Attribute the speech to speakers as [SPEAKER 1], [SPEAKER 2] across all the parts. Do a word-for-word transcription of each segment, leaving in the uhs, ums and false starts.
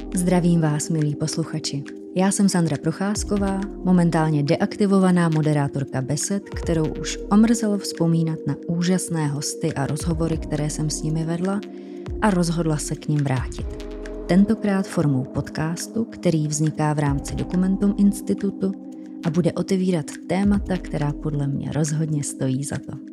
[SPEAKER 1] Zdravím vás, milí posluchači. Já jsem Sandra Procházková, momentálně deaktivovaná moderátorka besed, kterou už omrzelo vzpomínat na úžasné hosty a rozhovory, které jsem s nimi vedla, a rozhodla se k ním vrátit. Tentokrát formou podcastu, který vzniká v rámci Dokumentum Institutu a bude otevírat témata, která podle mě rozhodně stojí za to.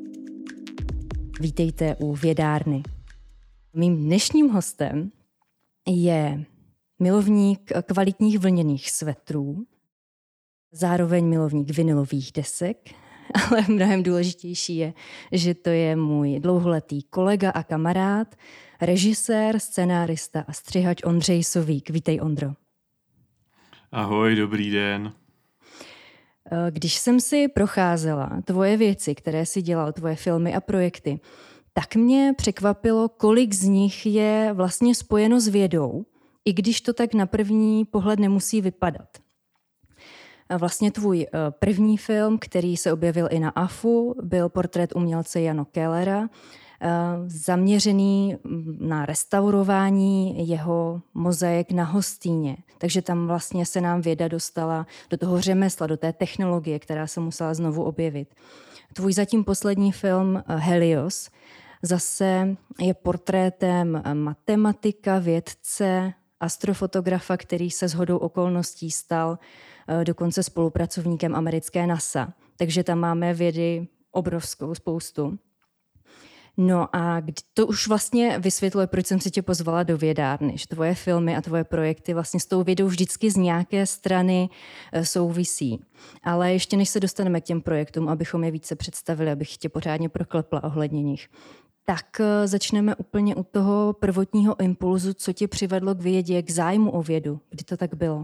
[SPEAKER 1] Vítejte u Vědárny. Mým dnešním hostem je milovník kvalitních vlněných svetrů, zároveň milovník vinylových desek, ale mnohem důležitější je, že to je můj dlouholetý kolega a kamarád, režisér, scenárista a střihač Ondřej Sovík. Vítej, Ondro.
[SPEAKER 2] Ahoj, dobrý den.
[SPEAKER 1] Když jsem si procházela tvoje věci, které si dělal, tvoje filmy a projekty, tak mě překvapilo, kolik z nich je vlastně spojeno s vědou, i když to tak na první pohled nemusí vypadat. Vlastně tvůj první film, který se objevil i na A F U, byl portrét umělce Jana Kellera, zaměřený na restaurování jeho mozaik na Hostýně. Takže tam vlastně se nám věda dostala do toho řemesla, do té technologie, která se musela znovu objevit. Tvůj zatím poslední film Helios zase je portrétem matematika, vědce, astrofotografa, který se shodou okolností stal dokonce spolupracovníkem americké NASA. Takže tam máme vědy obrovskou spoustu. No a to už vlastně vysvětluje, proč jsem si tě pozvala do Vědárny, že tvoje filmy a tvoje projekty vlastně s tou vědou vždycky z nějaké strany souvisí. Ale ještě než se dostaneme k těm projektům, abychom je více představili, abych tě pořádně proklepla ohledně nich, tak začneme úplně u toho prvotního impulzu, co tě přivedlo k vědě, k zájmu o vědu. Kdy to tak bylo?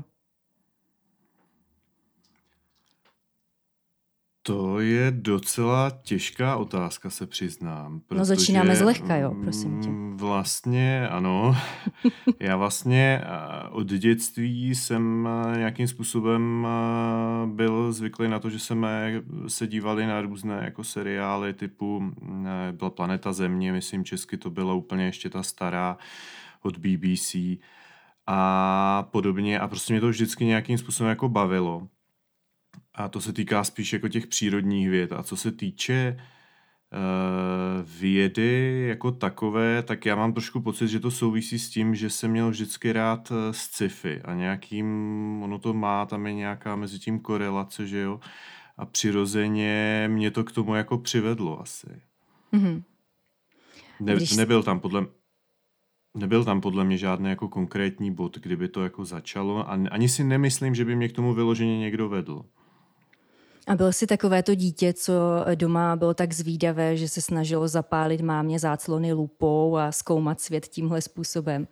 [SPEAKER 2] To je docela těžká otázka, se přiznám. Protože,
[SPEAKER 1] no začínáme zlehka, jo, prosím tě.
[SPEAKER 2] Vlastně ano. Já vlastně od dětství jsem nějakým způsobem byl zvyklý na to, že jsme se dívali na různé jako seriály typu byla Planeta Země, myslím česky to byla úplně ještě ta stará od B B C a podobně a prostě mě to vždycky nějakým způsobem jako bavilo. A to se týká spíš jako těch přírodních věd. A co se týče uh, vědy jako takové, tak já mám trošku pocit, že to souvisí s tím, že jsem měl vždycky rád uh, sci-fi a nějakým, ono to má, tam je nějaká mezi tím korelace, že jo, a přirozeně mě to k tomu jako přivedlo asi. Mm-hmm. Ne, Když... Nebyl tam podle Nebyl tam podle mě žádný jako konkrétní bod, kdyby to jako začalo. A ani si nemyslím, že by mě k tomu vyloženě někdo vedl.
[SPEAKER 1] A byl jsi takové to dítě, co doma bylo tak zvídavé, že se snažilo zapálit mámě záclony lupou a zkoumat svět tímhle způsobem?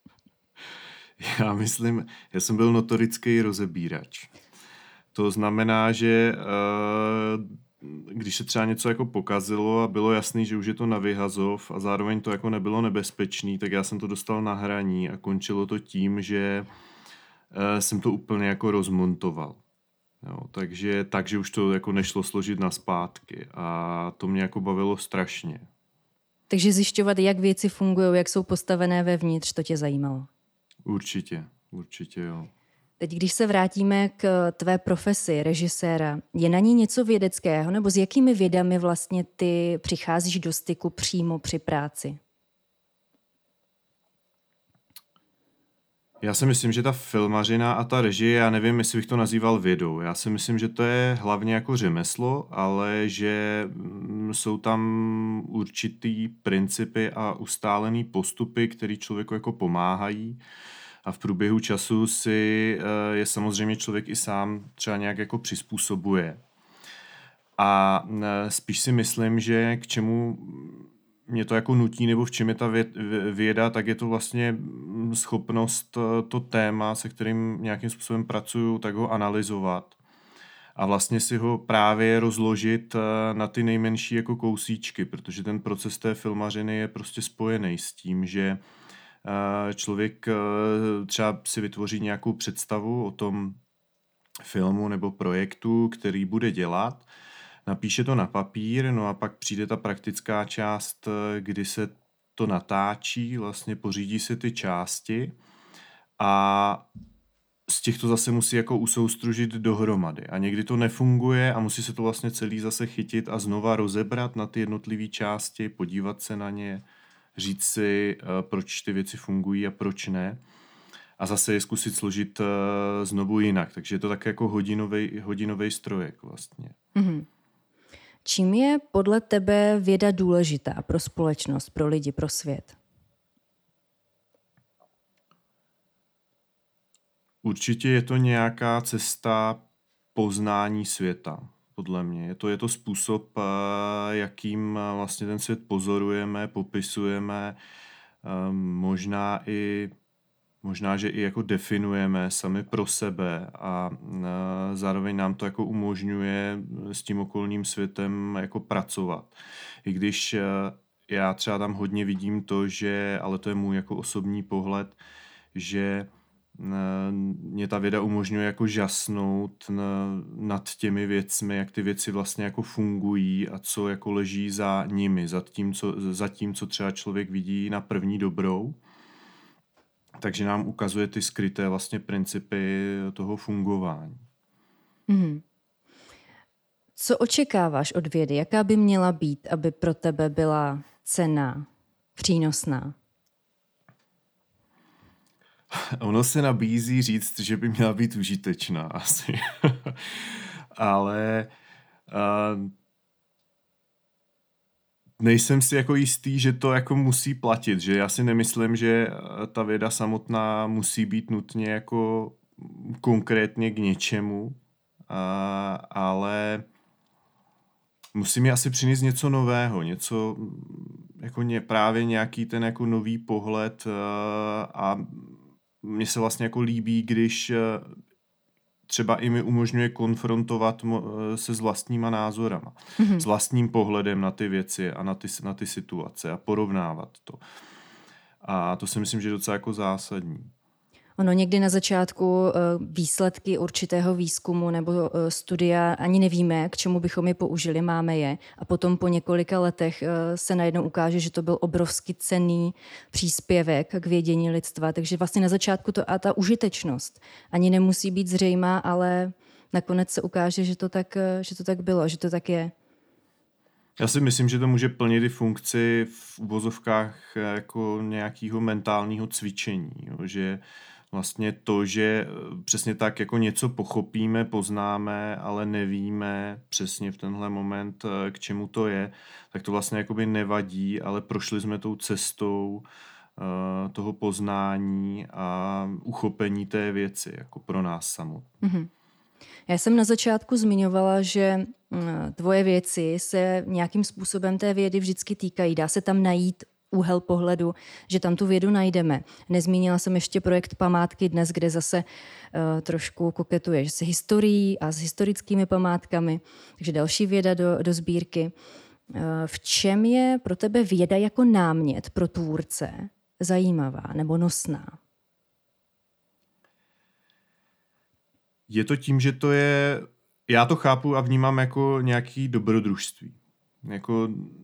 [SPEAKER 2] Já myslím, já jsem byl notorický rozebírač. To znamená, že když se třeba něco jako pokazilo a bylo jasný, že už je to na vyhazov a zároveň to jako nebylo nebezpečný, tak já jsem to dostal na hraní a končilo to tím, že jsem to úplně jako rozmontoval. Jo, takže, takže už to jako nešlo složit nazpátky a to mě jako bavilo strašně.
[SPEAKER 1] Takže zjišťovat, jak věci fungují, jak jsou postavené vevnitř, to tě zajímalo?
[SPEAKER 2] Určitě, určitě jo.
[SPEAKER 1] Teď, když se vrátíme k tvé profesi režiséra, je na ní něco vědeckého, nebo s jakými vědami vlastně ty přicházíš do styku přímo při práci?
[SPEAKER 2] Já si myslím, že ta filmařina a ta režie, já nevím, jestli bych to nazýval vědou. Já si myslím, že to je hlavně jako řemeslo, ale že jsou tam určitý principy a ustálený postupy, které člověku jako pomáhají. A v průběhu času si je samozřejmě člověk i sám třeba nějak jako přizpůsobuje. A spíš si myslím, že k čemu mě to jako nutí, nebo v čem je ta věda, tak je to vlastně schopnost to téma, se kterým nějakým způsobem pracuju, tak ho analyzovat. A vlastně si ho právě rozložit na ty nejmenší jako kousíčky, protože ten proces té filmařiny je prostě spojený s tím, že člověk třeba si vytvoří nějakou představu o tom filmu nebo projektu, který bude dělat, napíše to na papír, no a pak přijde ta praktická část, kdy se to natáčí, vlastně pořídí se ty části a z těch to zase musí jako usoustružit dohromady. A někdy to nefunguje a musí se to vlastně celý zase chytit a znova rozebrat na ty jednotlivé části, podívat se na ně, říct si, proč ty věci fungují a proč ne. A zase je zkusit složit znovu jinak. Takže je to tak jako hodinovej, hodinovej strojek vlastně.
[SPEAKER 1] Mm-hmm. Čím je podle tebe věda důležitá pro společnost, pro lidi, pro svět?
[SPEAKER 2] Určitě je to nějaká cesta poznání světa, podle mě. Je to, je to způsob, jakým vlastně ten svět pozorujeme, popisujeme, možná i možná, že i jako definujeme sami pro sebe a zároveň nám to jako umožňuje s tím okolním světem jako pracovat. I když já třeba tam hodně vidím to, že, ale to je můj jako osobní pohled, že mě ta věda umožňuje jako žasnout nad těmi věcmi, jak ty věci vlastně jako fungují a co jako leží za nimi, za tím, co, za tím, co třeba člověk vidí na první dobrou. Takže nám ukazuje ty skryté vlastně principy toho fungování.
[SPEAKER 1] Mm. Co očekáváš od vědy? Jaká by měla být, aby pro tebe byla cenná, přínosná?
[SPEAKER 2] Ono se nabízí říct, že by měla být užitečná asi. Ale uh, nejsem si jako jistý, že to jako musí platit, že já si nemyslím, že ta věda samotná musí být nutně jako konkrétně k něčemu, uh, ale musí mi asi přinést něco nového, něco jako ně, právě nějaký ten jako nový pohled uh, a mně se vlastně jako líbí, když třeba i mi umožňuje konfrontovat se s vlastníma názorama, mm-hmm. s vlastním pohledem na ty věci a na ty, na ty situace a porovnávat to. A to si myslím, že je docela jako zásadní.
[SPEAKER 1] Ono někdy na začátku výsledky určitého výzkumu nebo studia ani nevíme, k čemu bychom je použili, máme je. A potom po několika letech se najednou ukáže, že to byl obrovsky cenný příspěvek k vědění lidstva. Takže vlastně na začátku to a ta užitečnost ani nemusí být zřejmá, ale nakonec se ukáže, že to tak, že to tak bylo, že to tak je.
[SPEAKER 2] Já si myslím, že to může plnit i funkci v uvozovkách jako nějakého mentálního cvičení, jo? Že vlastně to, že přesně tak jako něco pochopíme, poznáme, ale nevíme přesně v tenhle moment, k čemu to je, tak to vlastně jakoby nevadí, ale prošli jsme tou cestou uh, toho poznání a uchopení té věci jako pro nás samotné.
[SPEAKER 1] Mm-hmm. Já jsem na začátku zmiňovala, že tvoje věci se nějakým způsobem té vědy vždycky týkají. Dá se tam najít úhel pohledu, že tam tu vědu najdeme. Nezmínila jsem ještě projekt Památky dnes, kde zase uh, trošku koketuješ s historií a s historickými památkami, takže další věda do, do sbírky. Uh, v čem je pro tebe věda jako námět pro tvůrce zajímavá nebo nosná?
[SPEAKER 2] Je to tím, že to je, já to chápu a vnímám jako nějaký dobrodružství. Jako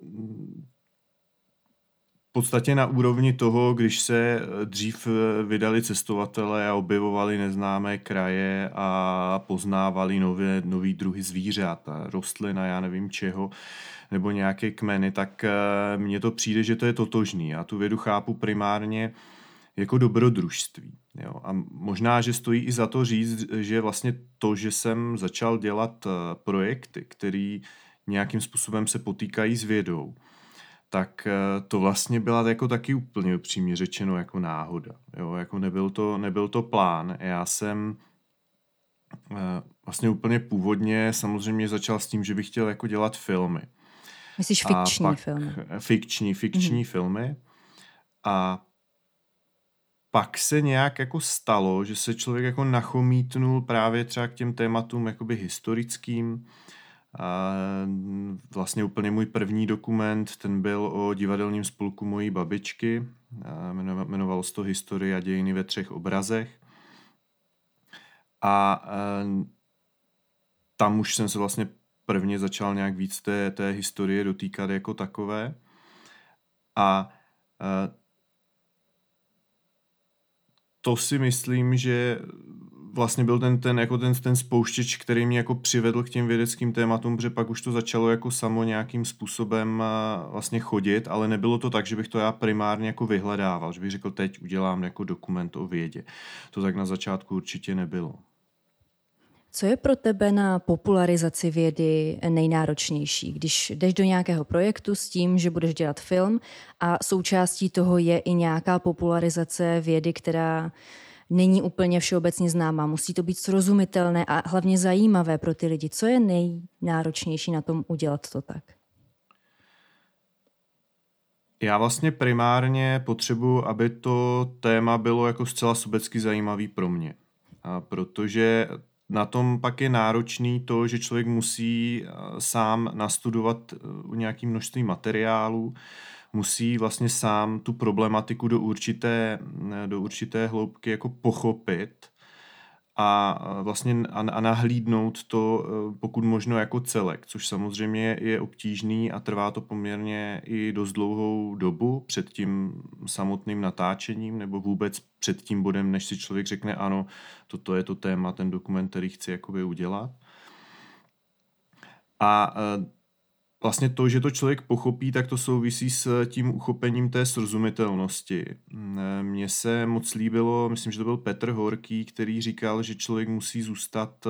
[SPEAKER 2] v podstatě na úrovni toho, když se dřív vydali cestovatelé a objevovali neznámé kraje a poznávali nové, nový druhy zvířat a rostlin a já nevím čeho, nebo nějaké kmeny, tak mně to přijde, že to je totožný. Já tu vědu chápu primárně jako dobrodružství. Jo. A možná, že stojí i za to říct, že vlastně to, že jsem začal dělat projekty, které nějakým způsobem se potýkají s vědou, tak to vlastně byla jako taky úplně upřímně řečeno jako náhoda. Jo. Jako nebyl to, nebyl to plán. Já jsem vlastně úplně původně samozřejmě začal s tím, že bych chtěl jako dělat filmy.
[SPEAKER 1] Myslíš fikční filmy?
[SPEAKER 2] Fikční, fikční mm-hmm. filmy. A pak se nějak jako stalo, že se člověk jako nachomítnul právě třeba k těm tématům jakoby historickým. A vlastně úplně můj první dokument, ten byl o divadelním spolku mojí babičky. Jmenovalo se to Historie a dějiny ve třech obrazech. A tam už jsem se vlastně prvně začal nějak víc té, té historie dotýkat jako takové. A to si myslím, že vlastně byl ten, ten, jako ten, ten spouštěč, který mě jako přivedl k těm vědeckým tématům, protože pak už to začalo jako samo nějakým způsobem vlastně chodit, ale nebylo to tak, že bych to já primárně jako vyhledával, že bych řekl, teď udělám jako dokument o vědě. To tak na začátku určitě nebylo.
[SPEAKER 1] Co je pro tebe na popularizaci vědy nejnáročnější, když jdeš do nějakého projektu s tím, že budeš dělat film a součástí toho je i nějaká popularizace vědy, která není úplně všeobecně známá. Musí to být srozumitelné a hlavně zajímavé pro ty lidi. Co je nejnáročnější na tom udělat to tak?
[SPEAKER 2] Já vlastně primárně potřebuji, aby to téma bylo jako zcela sobecky zajímavý pro mě. A protože na tom pak je náročný to, že člověk musí sám nastudovat nějaké množství materiálů, musí vlastně sám tu problematiku do určité, do určité hloubky jako pochopit a vlastně a nahlídnout to pokud možno jako celek, což samozřejmě je obtížný a trvá to poměrně i dost dlouhou dobu před tím samotným natáčením nebo vůbec před tím bodem, než si člověk řekne ano, toto je to téma, ten dokument, který chci jakoby udělat. A vlastně to, že to člověk pochopí, tak to souvisí s tím uchopením té srozumitelnosti. Mně se moc líbilo, myslím, že to byl Petr Horký, který říkal, že člověk musí zůstat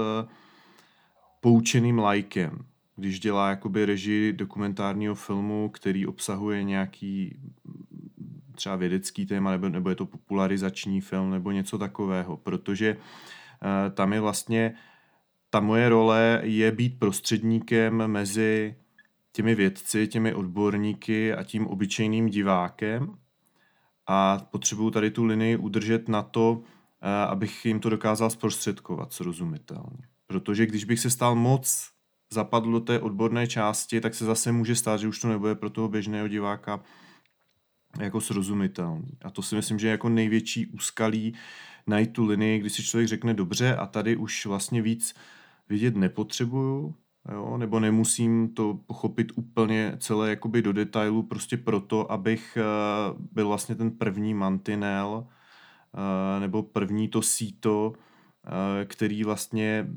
[SPEAKER 2] poučeným laikem, když dělá jakoby režii dokumentárního filmu, který obsahuje nějaký třeba vědecký téma, nebo, nebo je to popularizační film, nebo něco takového, protože tam je vlastně, ta moje role je být prostředníkem mezi těmi vědci, těmi odborníky a tím obyčejným divákem a potřebuju tady tu linii udržet na to, abych jim to dokázal zprostředkovat srozumitelně. Protože když bych se stal moc zapadl do té odborné části, tak se zase může stát, že už to nebude pro toho běžného diváka jako srozumitelný. A to si myslím, že je jako největší úskalí najít tu linii, kdy si člověk řekne dobře a tady už vlastně víc vidět nepotřebuju, jo, nebo nemusím to pochopit úplně celé jakoby do detailu, prostě proto, abych uh, byl vlastně ten první mantinel uh, nebo první to síto, uh, který vlastně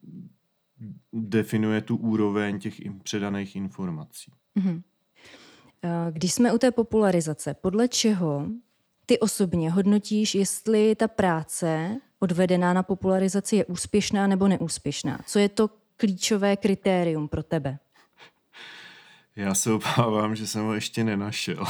[SPEAKER 2] definuje tu úroveň těch předaných informací.
[SPEAKER 1] Mm-hmm. Když jsme u té popularizace, podle čeho ty osobně hodnotíš, jestli ta práce odvedená na popularizaci je úspěšná nebo neúspěšná? Co je to klíčové kritérium pro tebe?
[SPEAKER 2] Já se obávám, že jsem ho ještě nenašel.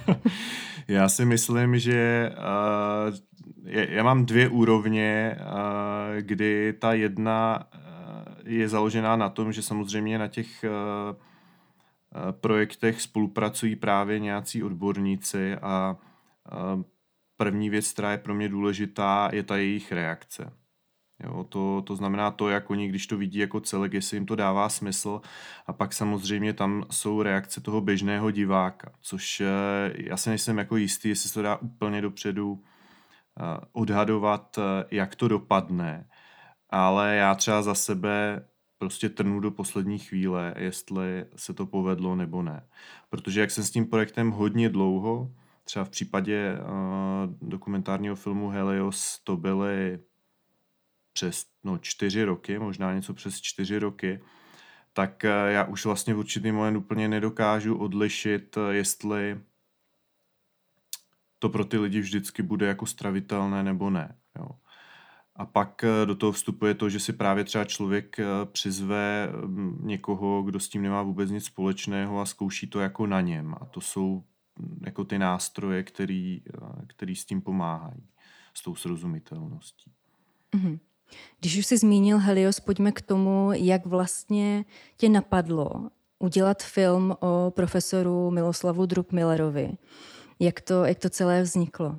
[SPEAKER 2] Já si myslím, že uh, je, já mám dvě úrovně, uh, kdy ta jedna uh, je založená na tom, že samozřejmě na těch uh, projektech spolupracují právě nějací odborníci a uh, první věc, která je pro mě důležitá, je ta jejich reakce. Jo, to, to znamená to, jak oni, když to vidí jako celek, jestli jim to dává smysl. A pak samozřejmě tam jsou reakce toho běžného diváka, což já si nejsem jako jistý, jestli se to dá úplně dopředu odhadovat, jak to dopadne. Ale já třeba za sebe prostě trnu do poslední chvíle, jestli se to povedlo nebo ne. Protože jak jsem s tím projektem hodně dlouho, třeba v případě uh, dokumentárního filmu Helios to byly přes no, čtyři roky, možná něco přes čtyři roky, tak já už vlastně v určitý moment úplně nedokážu odlišit, jestli to pro ty lidi vždycky bude jako stravitelné nebo ne. Jo. A pak do toho vstupuje to, že si právě třeba člověk přizve někoho, kdo s tím nemá vůbec nic společného a zkouší to jako na něm. A to jsou jako ty nástroje, který, který s tím pomáhají, s tou srozumitelností.
[SPEAKER 1] Mm-hmm. Když už jsi zmínil Helios, pojďme k tomu, jak vlastně tě napadlo udělat film o profesoru Miloslavu Druckmillerovi. Jak to, jak to celé vzniklo?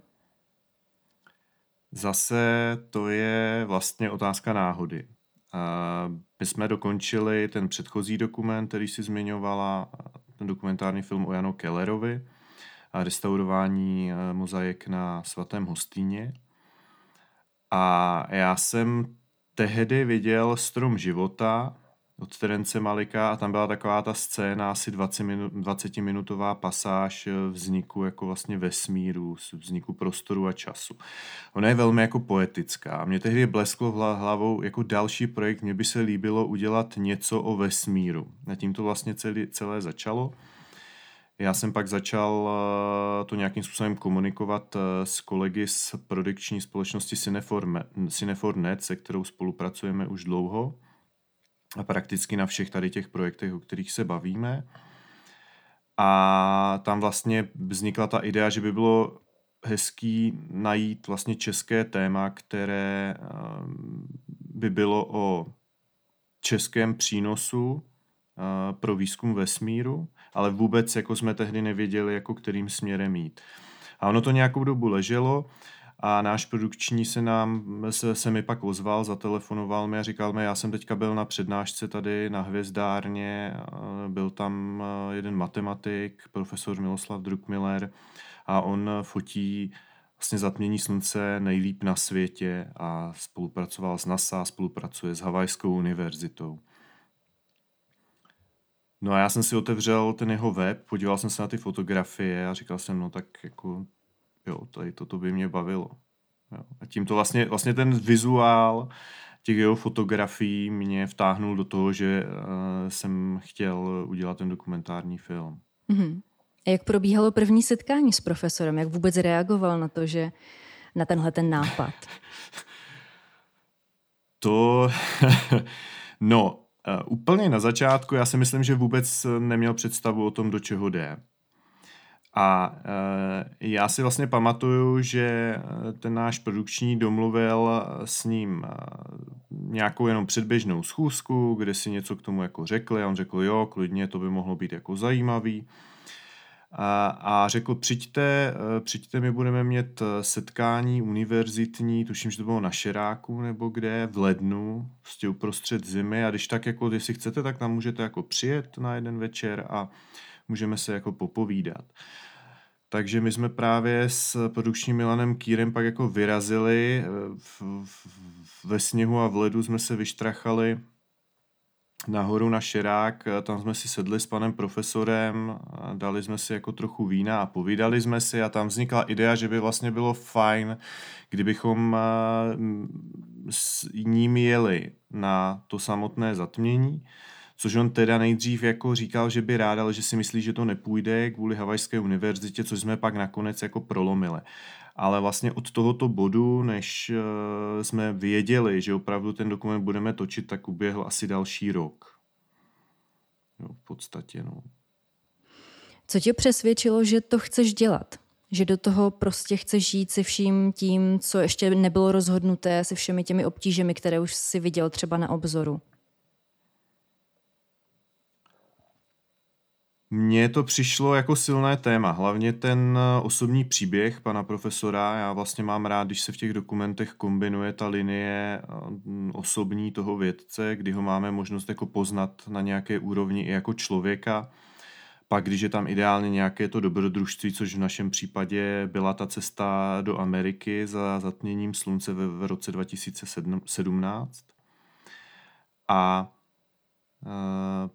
[SPEAKER 2] Zase to je vlastně otázka náhody. My jsme dokončili ten předchozí dokument, který si zmiňovala, ten dokumentární film o Janu Kellerovi a restaurování mozaik na Svatém Hostýně. A já jsem tehdy viděl Strom života od Terence Malika a tam byla taková ta scéna, asi dvacetiminutová pasáž vzniku jako vlastně vesmíru, vzniku prostoru a času. Ona je velmi jako poetická. Mně tehdy blesklo hlavou jako další projekt, mně by se líbilo udělat něco o vesmíru. A tím to vlastně celé, celé začalo. Já jsem pak začal to nějakým způsobem komunikovat s kolegy z produkční společnosti Cinefor Net, se kterou spolupracujeme už dlouho a prakticky na všech tady těch projektech, o kterých se bavíme. A tam vlastně vznikla ta idea, že by bylo hezký najít vlastně české téma, které by bylo o českém přínosu pro výzkum vesmíru, ale vůbec jako jsme tehdy nevěděli, jako kterým směrem jít. A ono to nějakou dobu leželo a náš produkční se nám se, se mi pak ozval, zatelefonoval mi a říkal mi, já jsem teďka byl na přednášce tady na Hvězdárně, byl tam jeden matematik, profesor Miloslav Druckmiller, a on fotí vlastně zatmění slunce nejlíp na světě a spolupracoval s NASA, spolupracuje s Havajskou univerzitou. No a já jsem si otevřel ten jeho web, podíval jsem se na ty fotografie a říkal jsem, no tak jako, jo, tady toto by mě bavilo. Jo. A tím to vlastně, vlastně ten vizuál těch jeho fotografií mě vtáhnul do toho, že uh, jsem chtěl udělat ten dokumentární film.
[SPEAKER 1] Mm-hmm. A jak probíhalo první setkání s profesorem? Jak vůbec reagoval na to, že na tenhle ten nápad?
[SPEAKER 2] To, no, Uh, úplně na začátku já si myslím, že vůbec neměl představu o tom, do čeho jde. A uh, já si vlastně pamatuju, že ten náš produkční domluvil s ním uh, nějakou jenom předběžnou schůzku, kde si něco k tomu jako řekli a on řekl, jo, klidně, to by mohlo být jako zajímavý. A, a řekl, přijďte, přijďte, my budeme mít setkání univerzitní, tuším, že to bylo na Šeráku nebo kde, v lednu, prostě uprostřed zimy a když tak jako, jestli chcete, tak tam můžete jako přijet na jeden večer a můžeme se jako popovídat. Takže my jsme právě s produkčním Milanem Kýrem pak jako vyrazili, v, v, ve sněhu a v ledu jsme se vyštrachali nahoru na Šerák, tam jsme si sedli s panem profesorem, dali jsme si jako trochu vína a povídali jsme si a tam vznikla idea, že by vlastně bylo fajn, kdybychom s ním jeli na to samotné zatmění, což on teda nejdřív jako říkal, že by rád, ale že si myslí, že to nepůjde kvůli Havajské univerzitě, což jsme pak nakonec jako prolomili. Ale vlastně od tohoto bodu, než uh, jsme věděli, že opravdu ten dokument budeme točit, tak uběhl asi další rok. No, v podstatě, no.
[SPEAKER 1] Co tě přesvědčilo, že to chceš dělat? Že do toho prostě chceš jít se vším tím, co ještě nebylo rozhodnuté, se všemi těmi obtížemi, které už si viděl třeba na obzoru?
[SPEAKER 2] Mně to přišlo jako silné téma, hlavně ten osobní příběh pana profesora. Já vlastně mám rád, když se v těch dokumentech kombinuje ta linie osobní toho vědce, kdy ho máme možnost jako poznat na nějaké úrovni i jako člověka. Pak, když je tam ideálně nějaké to dobrodružství, což v našem případě byla ta cesta do Ameriky za zatměním slunce v, v roce dva tisíce sedmnáct. A uh,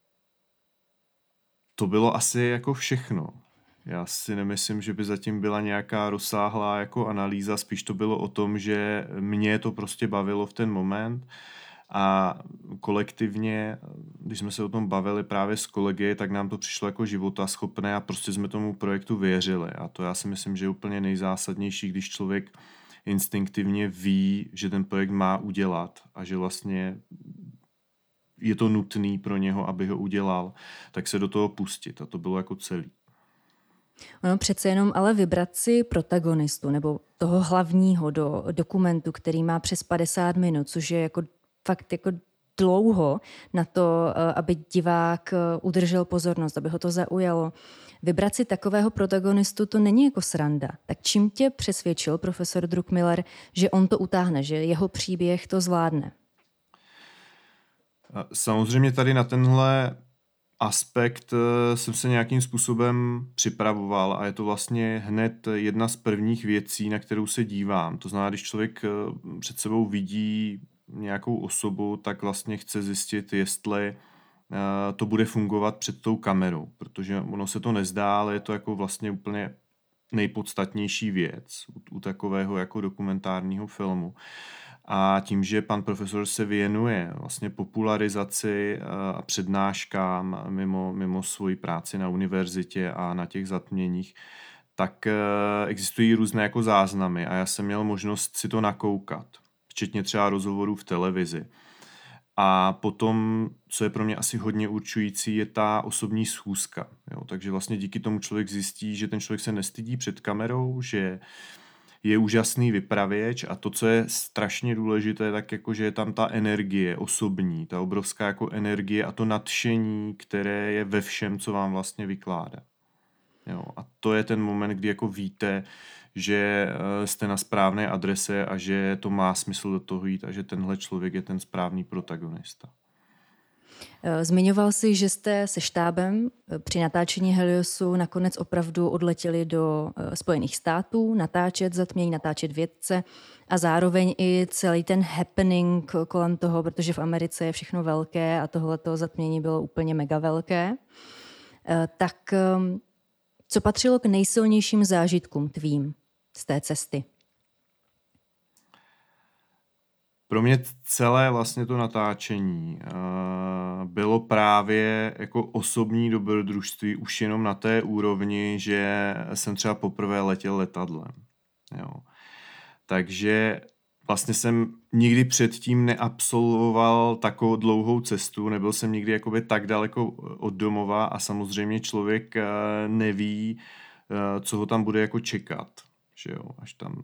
[SPEAKER 2] to bylo asi jako všechno. Já si nemyslím, že by zatím byla nějaká rozsáhlá jako analýza, spíš to bylo o tom, že mě to prostě bavilo v ten moment a kolektivně, když jsme se o tom bavili právě s kolegy, tak nám to přišlo jako životaschopné a prostě jsme tomu projektu věřili. A to já si myslím, že je úplně nejzásadnější, když člověk instinktivně ví, že ten projekt má udělat a že vlastně je to nutný pro něho, aby ho udělal, tak se do toho pustit. A to bylo jako celý.
[SPEAKER 1] Ono přece jenom ale vybrat si protagonistu nebo toho hlavního do dokumentu, který má přes padesát minut, což je jako fakt jako dlouho na to, aby divák udržel pozornost, aby ho to zaujalo. Vybrat si takového protagonistu to není jako sranda. Tak čím tě přesvědčil profesor Druckmiller, že on to utáhne, že jeho příběh to zvládne?
[SPEAKER 2] Samozřejmě tady na tenhle aspekt jsem se nějakým způsobem připravoval a je to vlastně hned jedna z prvních věcí, na kterou se dívám. To znamená, když člověk před sebou vidí nějakou osobu, tak vlastně chce zjistit, jestli to bude fungovat před tou kamerou, protože ono se to nezdá, ale je to jako vlastně úplně nejpodstatnější věc u, u takového jako dokumentárního filmu. A tím, že pan profesor se věnuje vlastně popularizaci a přednáškám mimo, mimo svoji práci na univerzitě a na těch zatměních, tak existují různé jako záznamy a já jsem měl možnost si to nakoukat, včetně třeba rozhovorů v televizi. A potom, co je pro mě asi hodně určující, je ta osobní schůzka. Jo? Takže vlastně díky tomu člověk zjistí, že ten člověk se nestydí před kamerou, že je úžasný vypravěč a to, co je strašně důležité, tak jako, že je tam ta energie osobní, ta obrovská jako energie a to nadšení, které je ve všem, co vám vlastně vykládá. Jo? A to je ten moment, kdy jako víte, že jste na správné adrese a že to má smysl do toho jít a že tenhle člověk je ten správný protagonista.
[SPEAKER 1] Zmiňoval jsi, že jste se štábem při natáčení Heliosu nakonec opravdu odletěli do Spojených států, natáčet zatmění, natáčet vědce a zároveň i celý ten happening kolem toho, protože v Americe je všechno velké a tohleto zatmění bylo úplně mega velké. Tak co patřilo k nejsilnějším zážitkům tvým z té cesty?
[SPEAKER 2] Pro mě celé vlastně to natáčení uh, bylo právě jako osobní dobrodružství už jenom na té úrovni, že jsem třeba poprvé letěl letadlem. Jo. Takže vlastně jsem nikdy předtím neabsolvoval takovou dlouhou cestu, nebyl jsem nikdy jakoby tak daleko od domova a samozřejmě člověk uh, neví, uh, co ho tam bude jako čekat. Že jo, až tam.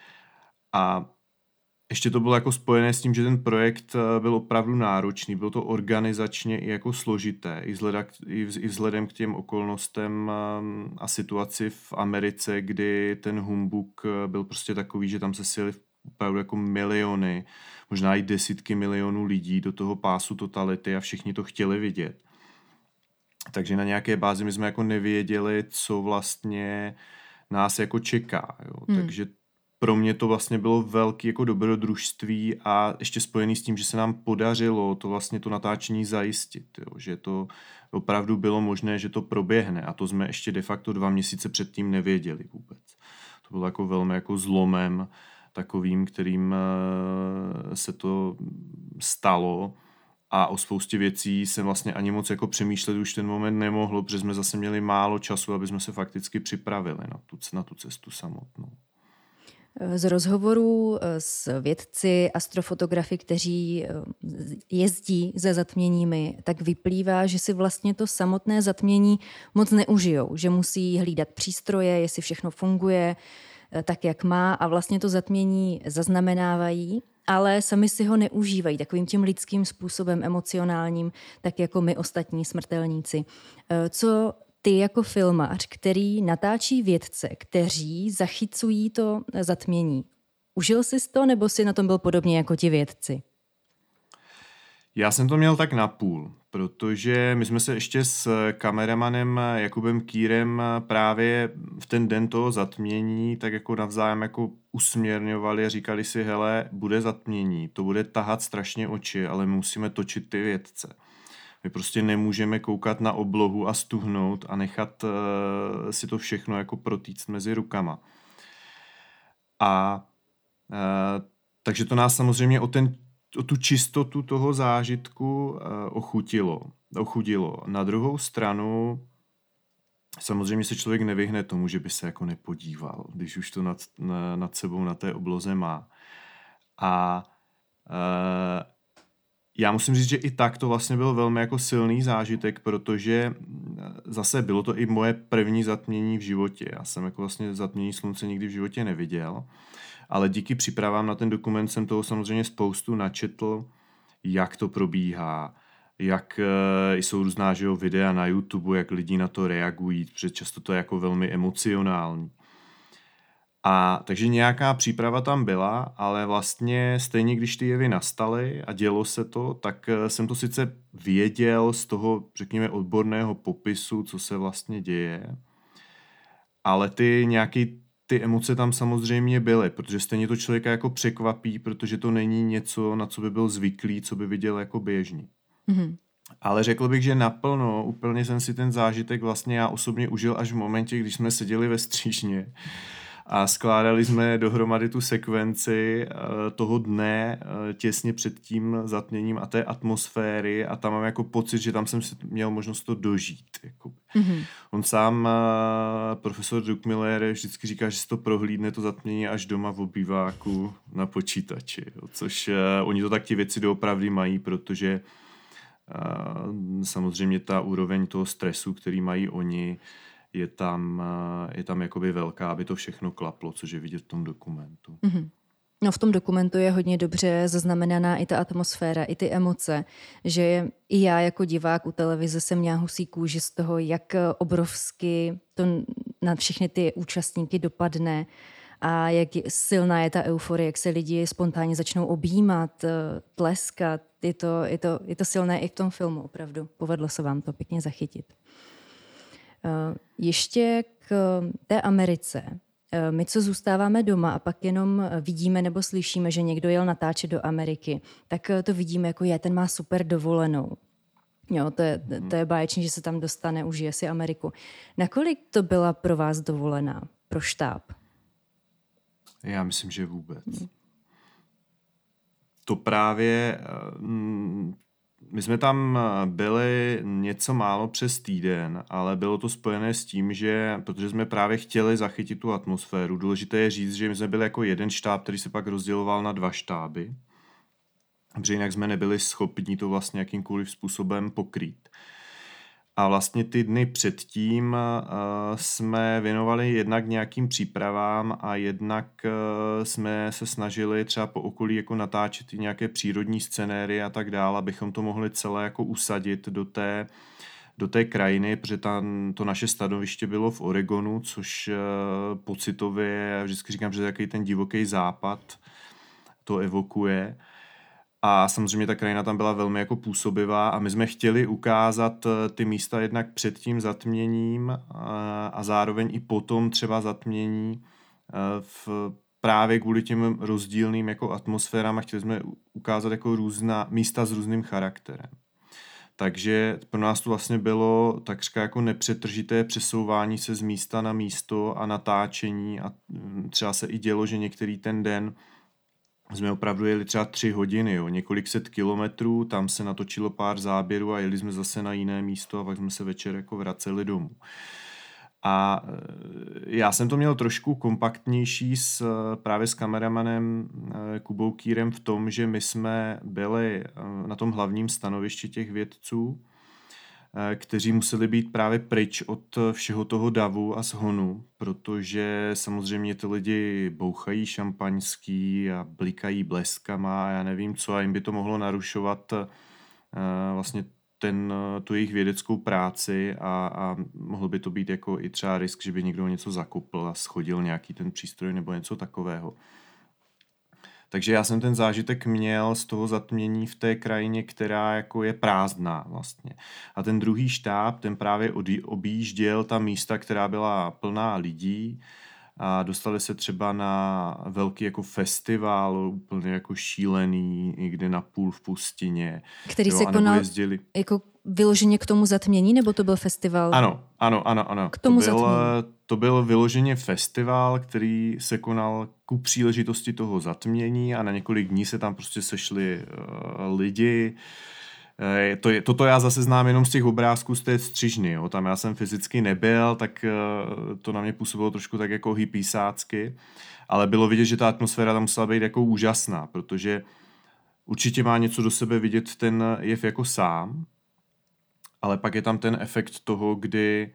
[SPEAKER 2] A ještě to bylo jako spojené s tím, že ten projekt byl opravdu náročný, bylo to organizačně i jako složité, i vzhledem, i vzhledem k těm okolnostem a situaci v Americe, kdy ten humbuk byl prostě takový, že tam se sjeli opravdu jako miliony, možná i desítky milionů lidí do toho pásu totality a všichni to chtěli vidět. Takže na nějaké bázi my jsme jako nevěděli, co vlastně nás jako čeká. Jo. Hmm. Takže pro mě to vlastně bylo velké jako dobrodružství a ještě spojený s tím, že se nám podařilo to vlastně to natáčení zajistit. Jo. Že to opravdu bylo možné, že to proběhne a to jsme ještě de facto dva měsíce předtím nevěděli vůbec. To bylo jako velmi jako zlomem takovým, kterým se to stalo. A o spoustě věcí jsem vlastně ani moc jako přemýšlet už ten moment nemohlo, protože jsme zase měli málo času, aby jsme se fakticky připravili na tu, na tu cestu samotnou.
[SPEAKER 1] Z rozhovorů s vědci, astrofotografy, kteří jezdí za zatměními, tak vyplývá, že si vlastně to samotné zatmění moc neužijou, že musí hlídat přístroje, jestli všechno funguje tak, jak má a vlastně to zatmění zaznamenávají, ale sami si ho neužívají takovým tím lidským způsobem, emocionálním, tak jako my ostatní smrtelníci. Co ty jako filmář, který natáčí vědce, kteří zachycují to zatmění, užil jsi to, nebo jsi na tom byl podobně jako ti vědci?
[SPEAKER 2] Já jsem to měl tak napůl, protože my jsme se ještě s kameramanem Jakubem Kýrem právě v ten den toho zatmění tak jako navzájem jako usměrňovali a říkali si, hele, bude zatmění, to bude tahat strašně oči, ale musíme točit ty vědce. My prostě nemůžeme koukat na oblohu a stuhnout a nechat uh, si to všechno jako protýct mezi rukama. A uh, takže to nás samozřejmě o, ten, o tu čistotu toho zážitku uh, ochutilo, ochudilo. Na druhou stranu samozřejmě se člověk nevyhne tomu, že by se jako nepodíval, když už to nad, na, nad sebou na té obloze má. A uh, já musím říct, že i tak to vlastně byl velmi jako silný zážitek, protože zase bylo to i moje první zatmění v životě. Já jsem jako vlastně zatmění slunce nikdy v životě neviděl, ale díky přípravám na ten dokument jsem toho samozřejmě spoustu načetl, jak to probíhá, jak uh, jsou různá že jo, videa na YouTube, jak lidi na to reagují, protože často to je jako velmi emocionální. A takže nějaká příprava tam byla, ale vlastně stejně, když ty jevy nastaly a dělo se to, tak jsem to sice věděl z toho, řekněme, odborného popisu, co se vlastně děje, ale ty nějaký ty emoce tam samozřejmě byly, protože stejně to člověka jako překvapí, protože to není něco, na co by byl zvyklý, co by viděl jako běžně. Mm-hmm. Ale řekl bych, že naplno, úplně jsem si ten zážitek vlastně já osobně užil až v momentě, když jsme seděli ve střížně a skládali jsme dohromady tu sekvenci toho dne těsně před tím zatměním a té atmosféry a tam mám jako pocit, že tam jsem si měl možnost to dožít. Jako. Mm-hmm. On sám, profesor Druckmiller, vždycky říká, že si to prohlídne to zatmění až doma v obýváku na počítači, jo, což oni to tak ty věci doopravdy mají, protože samozřejmě ta úroveň toho stresu, který mají oni, je tam, je tam jakoby velká, aby to všechno klaplo, což je vidět v tom dokumentu.
[SPEAKER 1] Mm-hmm. No v tom dokumentu je hodně dobře zaznamenaná i ta atmosféra, i ty emoce, že i já jako divák u televize jsem měla husí kůži z toho, jak obrovsky to na všechny ty účastníky dopadne a jak silná je ta euforie, jak se lidi spontánně začnou objímat, tleskat. Je to, je to, je to silné i v tom filmu, opravdu. Povedlo se vám to pěkně zachytit. Ještě k té Americe. My, co zůstáváme doma a pak jenom vidíme nebo slyšíme, že někdo jel natáčet do Ameriky, tak to vidíme jako je, ten má super dovolenou. Jo, to je, to je báječný, že se tam dostane, užije si Ameriku. Nakolik to byla pro vás dovolená, pro štáb?
[SPEAKER 2] Já myslím, že vůbec. Hmm. To právě... My jsme tam byli něco málo přes týden, ale bylo to spojené s tím, že protože jsme právě chtěli zachytit tu atmosféru, důležité je říct, že my jsme byli jako jeden štáb, který se pak rozděloval na dva štáby, protože jinak jsme nebyli schopni to vlastně jakýmkoliv způsobem pokrýt. A vlastně ty dny předtím uh, jsme věnovali jednak nějakým přípravám a jednak uh, jsme se snažili třeba po okolí jako natáčet i nějaké přírodní scenéry a tak dále, abychom to mohli celé jako usadit do té, do té krajiny, protože tam to naše stanoviště bylo v Oregonu, což uh, pocitově, já vždycky říkám, že takový ten divoký západ to evokuje. A samozřejmě ta krajina tam byla velmi jako působivá a my jsme chtěli ukázat ty místa jednak před tím zatměním a zároveň i potom třeba zatmění v, právě kvůli těm rozdílným jako atmosférám a chtěli jsme ukázat jako různá místa s různým charakterem. Takže pro nás to vlastně bylo takřka jako nepřetržité přesouvání se z místa na místo a natáčení a třeba se i dělo, že některý ten den jsme opravdu jeli třeba tři hodiny, jo, několik set kilometrů, tam se natočilo pár záběrů a jeli jsme zase na jiné místo a pak jsme se večer jako vraceli domů. A já jsem to měl trošku kompaktnější s, právě s kameramanem Kubou Kýrem v tom, že my jsme byli na tom hlavním stanovišti těch vědců, kteří museli být právě pryč od všeho toho davu a shonu, protože samozřejmě ty lidi bouchají šampaňský a blikají bleskama a já nevím co a jim by to mohlo narušovat vlastně ten, tu jejich vědeckou práci a, a mohl by to být jako i třeba risk, že by někdo něco zakopl a schodil nějaký ten přístroj nebo něco takového. Takže já jsem ten zážitek měl z toho zatmění v té krajině, která jako je prázdná vlastně. A ten druhý štáb, ten právě objížděl ta místa, která byla plná lidí a dostali se třeba na velký jako festival, úplně jako šílený, někde na půl v pustině.
[SPEAKER 1] Který jo, se konal jezdili... jako vyloženě k tomu zatmění, nebo to byl festival?
[SPEAKER 2] Ano, ano, ano, ano.
[SPEAKER 1] K tomu
[SPEAKER 2] to byl,
[SPEAKER 1] zatmění.
[SPEAKER 2] To byl vyloženě festival, který se konal ku příležitosti toho zatmění a na několik dní se tam prostě sešli uh, lidi. E, to je, toto já zase znám jenom z těch obrázků z té střižny. Jo. Tam já jsem fyzicky nebyl, tak uh, to na mě působilo trošku tak jako hippiesácky. Ale bylo vidět, že ta atmosféra tam musela být jako úžasná, protože určitě má něco do sebe vidět ten jev jako sám, ale pak je tam ten efekt toho, kdy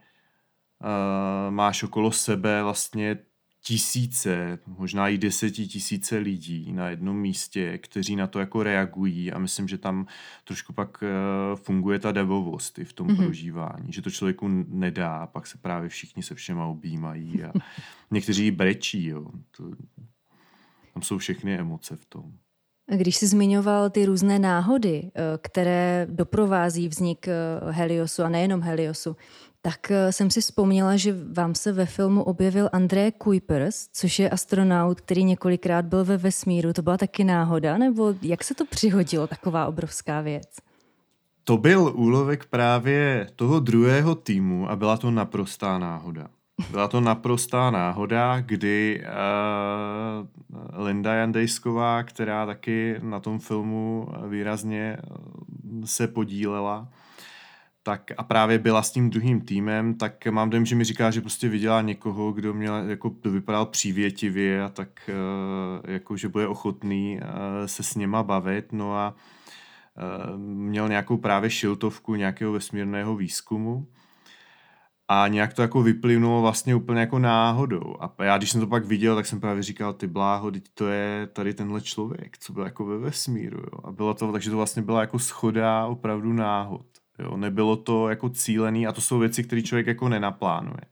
[SPEAKER 2] uh, máš okolo sebe vlastně tisíce, možná i desetitisíce lidí na jednom místě, kteří na to jako reagují a myslím, že tam trošku pak uh, funguje ta devovost i v tom mm-hmm. prožívání, že to člověku nedá, pak se právě všichni se všema objímají a někteří brečí, jo. To, tam jsou všechny emoce v tom.
[SPEAKER 1] Když jsi zmiňoval ty různé náhody, které doprovází vznik Heliosu a nejenom Heliosu, Tak jsem si vzpomněla, že vám se ve filmu objevil André Kuipers, což je astronaut, který několikrát byl ve vesmíru. To byla taky náhoda, nebo jak se to přihodilo, taková obrovská věc?
[SPEAKER 2] To byl úlovek právě toho druhého týmu a byla to naprostá náhoda. Byla to naprostá náhoda, kdy uh, Linda Jandejsková, která taky na tom filmu výrazně se podílela, tak a právě byla s tím druhým týmem, tak mám dojem, že mi říká, že prostě viděla někoho, kdo měl, jako vypadal přívětivě a tak uh, jako, že bude ochotný uh, se s něma bavit, no a uh, měl nějakou právě šiltovku nějakého vesmírného výzkumu. A nějak to jako vyplynulo vlastně úplně jako náhodou. A já, když jsem to pak viděl, tak jsem právě říkal, ty bláho, teď to je tady tenhle člověk, co byl jako ve vesmíru. Jo. A bylo to, takže to vlastně byla jako shoda opravdu náhod. Jo. Nebylo to jako cílený a to jsou věci, které člověk jako nenaplánuje.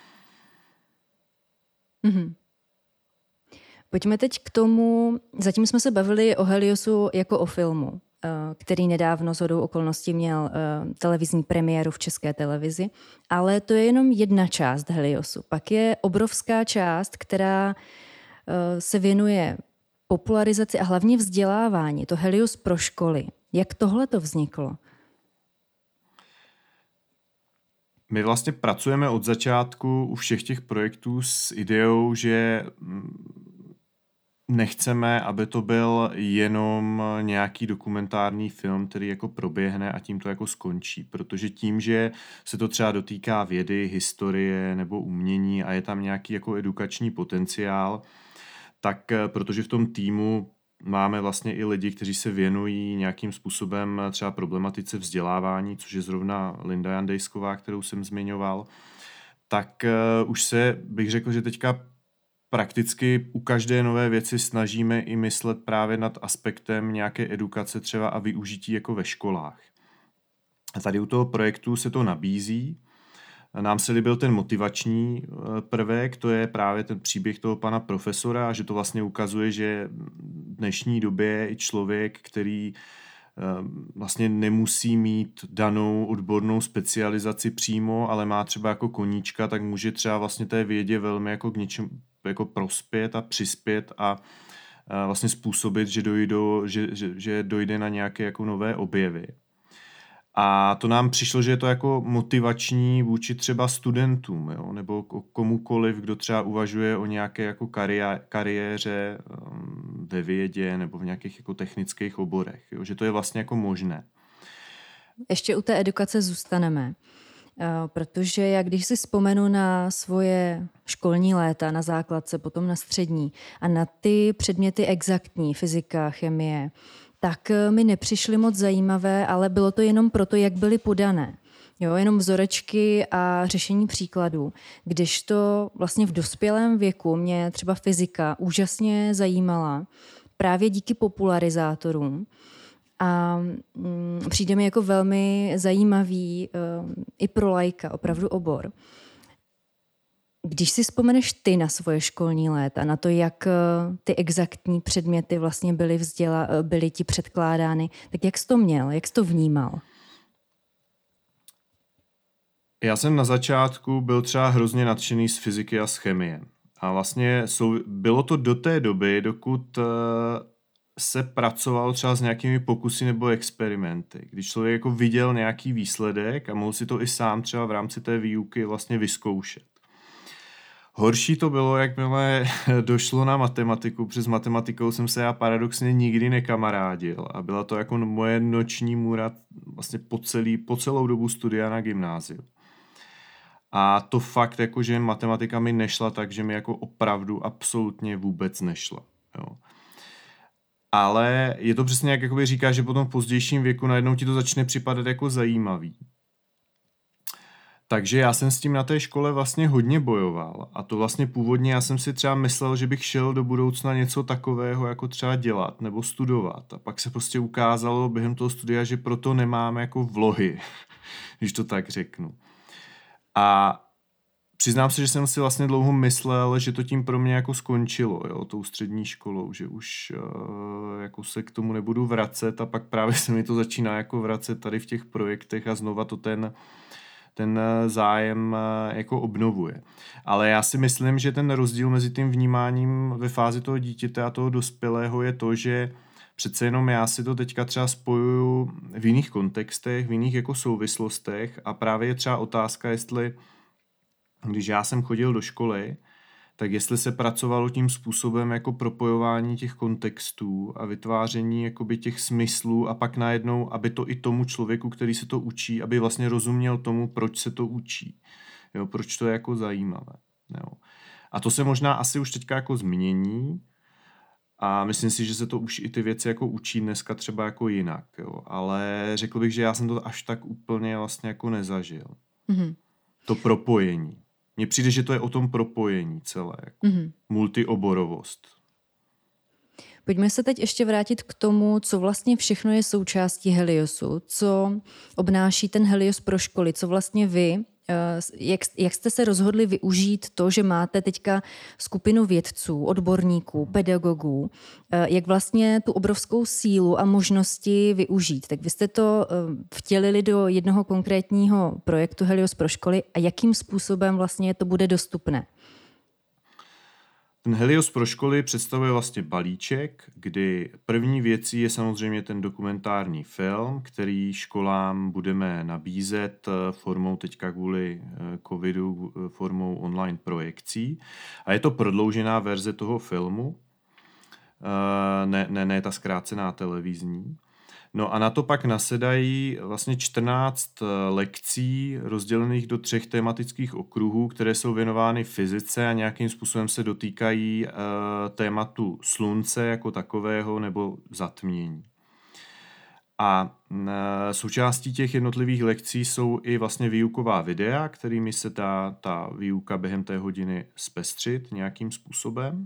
[SPEAKER 1] Mm-hmm. Pojďme teď k tomu, zatím jsme se bavili o Heliosu jako o filmu, který nedávno shodou okolností měl televizní premiéru v České televizi, ale to je jenom jedna část Heliosu. Pak je obrovská část, která se věnuje popularizaci a hlavně vzdělávání. To Helios pro školy. Jak tohle to vzniklo?
[SPEAKER 2] My vlastně pracujeme od začátku u všech těch projektů s ideou, že nechceme, aby to byl jenom nějaký dokumentární film, který jako proběhne a tím to jako skončí, protože tím, že se to třeba dotýká vědy, historie nebo umění a je tam nějaký jako edukační potenciál, tak protože v tom týmu máme vlastně i lidi, kteří se věnují nějakým způsobem třeba problematice vzdělávání, což je zrovna Linda Jandejsková, kterou jsem zmiňoval, tak už se, bych řekl, že teďka prakticky u každé nové věci snažíme i myslet právě nad aspektem nějaké edukace třeba a využití jako ve školách. A tady u toho projektu se to nabízí. Nám se líbil ten motivační prvek, to je právě ten příběh toho pana profesora, že to vlastně ukazuje, že v dnešní době i člověk, který vlastně nemusí mít danou odbornou specializaci přímo, ale má třeba jako koníčka, tak může třeba vlastně té vědě velmi jako k něčemu jako prospět a přispět a, a vlastně způsobit, že, dojdou, že, že, že dojde na nějaké jako nové objevy. A to nám přišlo, že je to jako motivační vůči třeba studentům, jo? Nebo komukoliv, kdo třeba uvažuje o nějaké jako kariéře, kariéře ve vědě nebo v nějakých jako technických oborech. Jo? Že to je vlastně jako možné.
[SPEAKER 1] Ještě u té edukace zůstaneme. Protože já když si vzpomenu na svoje školní léta, na základce, potom na střední a na ty předměty exaktní, fyzika, chemie, tak mi nepřišly moc zajímavé, ale bylo to jenom proto, jak byly podané. Jo, jenom vzorečky a řešení příkladů. Když to vlastně v dospělém věku mě třeba fyzika úžasně zajímala, právě díky popularizátorům, a mm, přijde mi jako velmi zajímavý uh, i pro laika, opravdu obor. Když si vzpomeneš ty na svoje školní léta, na to, jak uh, ty exaktní předměty vlastně byly, vzděla, uh, byly ti předkládány, tak jak jsi to měl, jak jsi to vnímal?
[SPEAKER 2] Já jsem na začátku byl třeba hrozně nadšený z fyziky a z chemie. A vlastně jsou, bylo to do té doby, dokud uh, se pracovalo třeba s nějakými pokusy nebo experimenty. Když člověk jako viděl nějaký výsledek a mohl si to i sám třeba v rámci té výuky vlastně vyzkoušet. Horší to bylo, jakmile došlo na matematiku. Přes matematikou jsem se já paradoxně nikdy nekamarádil a byla to jako moje noční můra vlastně po, celý, po celou dobu studia na gymnáziu. A to fakt, jako, že matematika mi nešla tak, že mi jako opravdu absolutně vůbec nešla. Jo. Ale je to přesně jak jakoby říká, že potom v pozdějším věku najednou ti to začne připadat jako zajímavý. Takže já jsem s tím na té škole vlastně hodně bojoval a to vlastně původně já jsem si třeba myslel, že bych šel do budoucna něco takového jako třeba dělat nebo studovat a pak se prostě ukázalo během toho studia, že proto nemám jako vlohy, když to tak řeknu. A přiznám se, že jsem si vlastně dlouho myslel, že to tím pro mě jako skončilo, jo, tou střední školou, že už uh, jako se k tomu nebudu vracet a pak právě se mi to začíná jako vracet tady v těch projektech a znova to ten ten zájem jako obnovuje. Ale já si myslím, že ten rozdíl mezi tím vnímáním ve fázi toho dítěte a toho dospělého je to, že přece jenom já si to teďka třeba spojuju v jiných kontextech, v jiných jako souvislostech a právě je třeba otázka, jestli, když já jsem chodil do školy, tak jestli se pracovalo tím způsobem jako propojování těch kontextů a vytváření jakoby těch smyslů a pak najednou, aby to i tomu člověku, který se to učí, aby vlastně rozuměl tomu, proč se to učí. Jo, proč to je jako zajímavé. Jo. A to se možná asi už teďka jako změní a myslím si, že se to už i ty věci jako učí dneska třeba jako jinak. Jo. Ale řekl bych, že já jsem to až tak úplně vlastně jako nezažil. Mm-hmm. To propojení. Mně přijde, že to je o tom propojení celé. Jako mm-hmm. multioborovost.
[SPEAKER 1] Pojďme se teď ještě vrátit k tomu, co vlastně všechno je součástí Heliosu, co obnáší ten Helios pro školy, co vlastně vy, jak, jak jste se rozhodli využít to, že máte teďka skupinu vědců, odborníků, pedagogů, jak vlastně tu obrovskou sílu a možnosti využít. Tak vy jste to vtělili do jednoho konkrétního projektu Helios pro školy a jakým způsobem vlastně to bude dostupné?
[SPEAKER 2] Ten Helios pro školy představuje vlastně balíček, kdy první věcí je samozřejmě ten dokumentární film, který školám budeme nabízet formou teďka kvůli covidu, formou online projekcí. A je to prodloužená verze toho filmu, ne, ne, ne ta zkrácená televizní. No a na to pak nasedají vlastně čtrnáct lekcí rozdělených do třech tematických okruhů, které jsou věnovány fyzice a nějakým způsobem se dotýkají uh, tématu slunce jako takového nebo zatmění. A uh, součástí těch jednotlivých lekcí jsou i vlastně výuková videa, kterými se dá ta výuka během té hodiny zpestřit nějakým způsobem.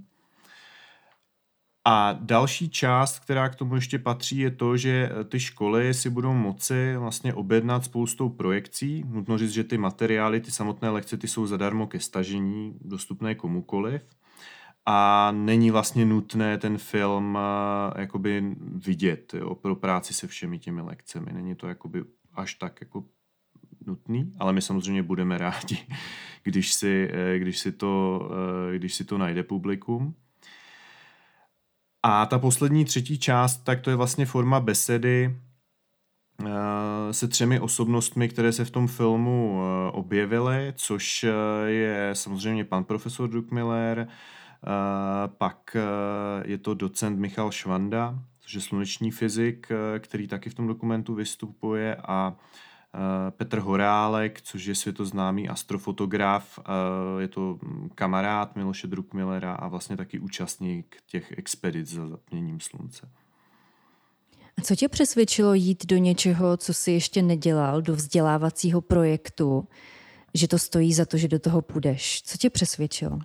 [SPEAKER 2] A další část, která k tomu ještě patří, je to, že ty školy si budou moci vlastně objednat spoustou projekcí. Nutno říct, že ty materiály, ty samotné lekce, ty jsou zadarmo ke stažení, dostupné komukoliv. A není vlastně nutné ten film uh, jakoby vidět, jo, pro práci se všemi těmi lekcemi. Není to jakoby až tak jako nutný, ale my samozřejmě budeme rádi, když si, když si, to, když si to najde publikum. A ta poslední třetí část, tak to je vlastně forma besedy uh, se třemi osobnostmi, které se v tom filmu uh, objevily, což uh, je samozřejmě pan profesor Druckmiller, uh, pak uh, je to docent Michal Švanda, což je sluneční fyzik, uh, který taky v tom dokumentu vystupuje, a Petr Horálek, což je světoznámý astrofotograf, je to kamarád Miloše Druckmillera a vlastně taky účastník těch expedic za zatměním slunce.
[SPEAKER 1] A co tě přesvědčilo jít do něčeho, co jsi ještě nedělal, do vzdělávacího projektu, že to stojí za to, že do toho půjdeš? Co tě přesvědčilo?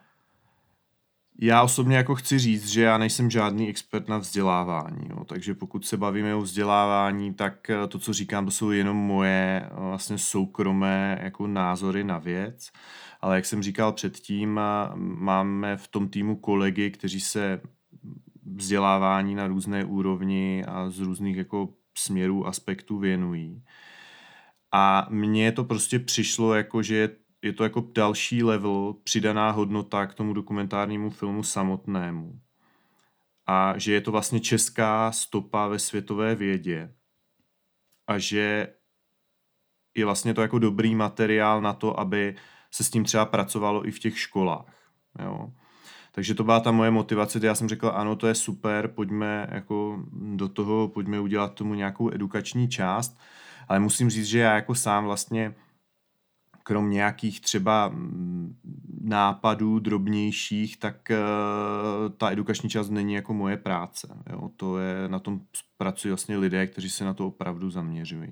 [SPEAKER 2] Já osobně jako chci říct, že já nejsem žádný expert na vzdělávání, jo. Takže pokud se bavíme o vzdělávání, tak to, co říkám, to jsou jenom moje vlastně soukromé jako názory na věc. Ale jak jsem říkal předtím, máme v tom týmu kolegy, kteří se vzdělávání na různé úrovni a z různých jako směrů, aspektů věnují. A mně to prostě přišlo jako, že je je to jako další level, přidaná hodnota k tomu dokumentárnímu filmu samotnému. A že je to vlastně česká stopa ve světové vědě. A že je vlastně to jako dobrý materiál na to, aby se s tím třeba pracovalo i v těch školách. Jo. Takže to byla ta moje motivace, kdy já jsem řekl, ano, to je super, pojďme jako do toho, pojďme udělat tomu nějakou edukační část. Ale musím říct, že já jako sám vlastně krom nějakých třeba nápadů drobnějších, tak uh, ta edukační část není jako moje práce. Jo? To je, na tom pracují vlastně lidé, kteří se na to opravdu zaměřují.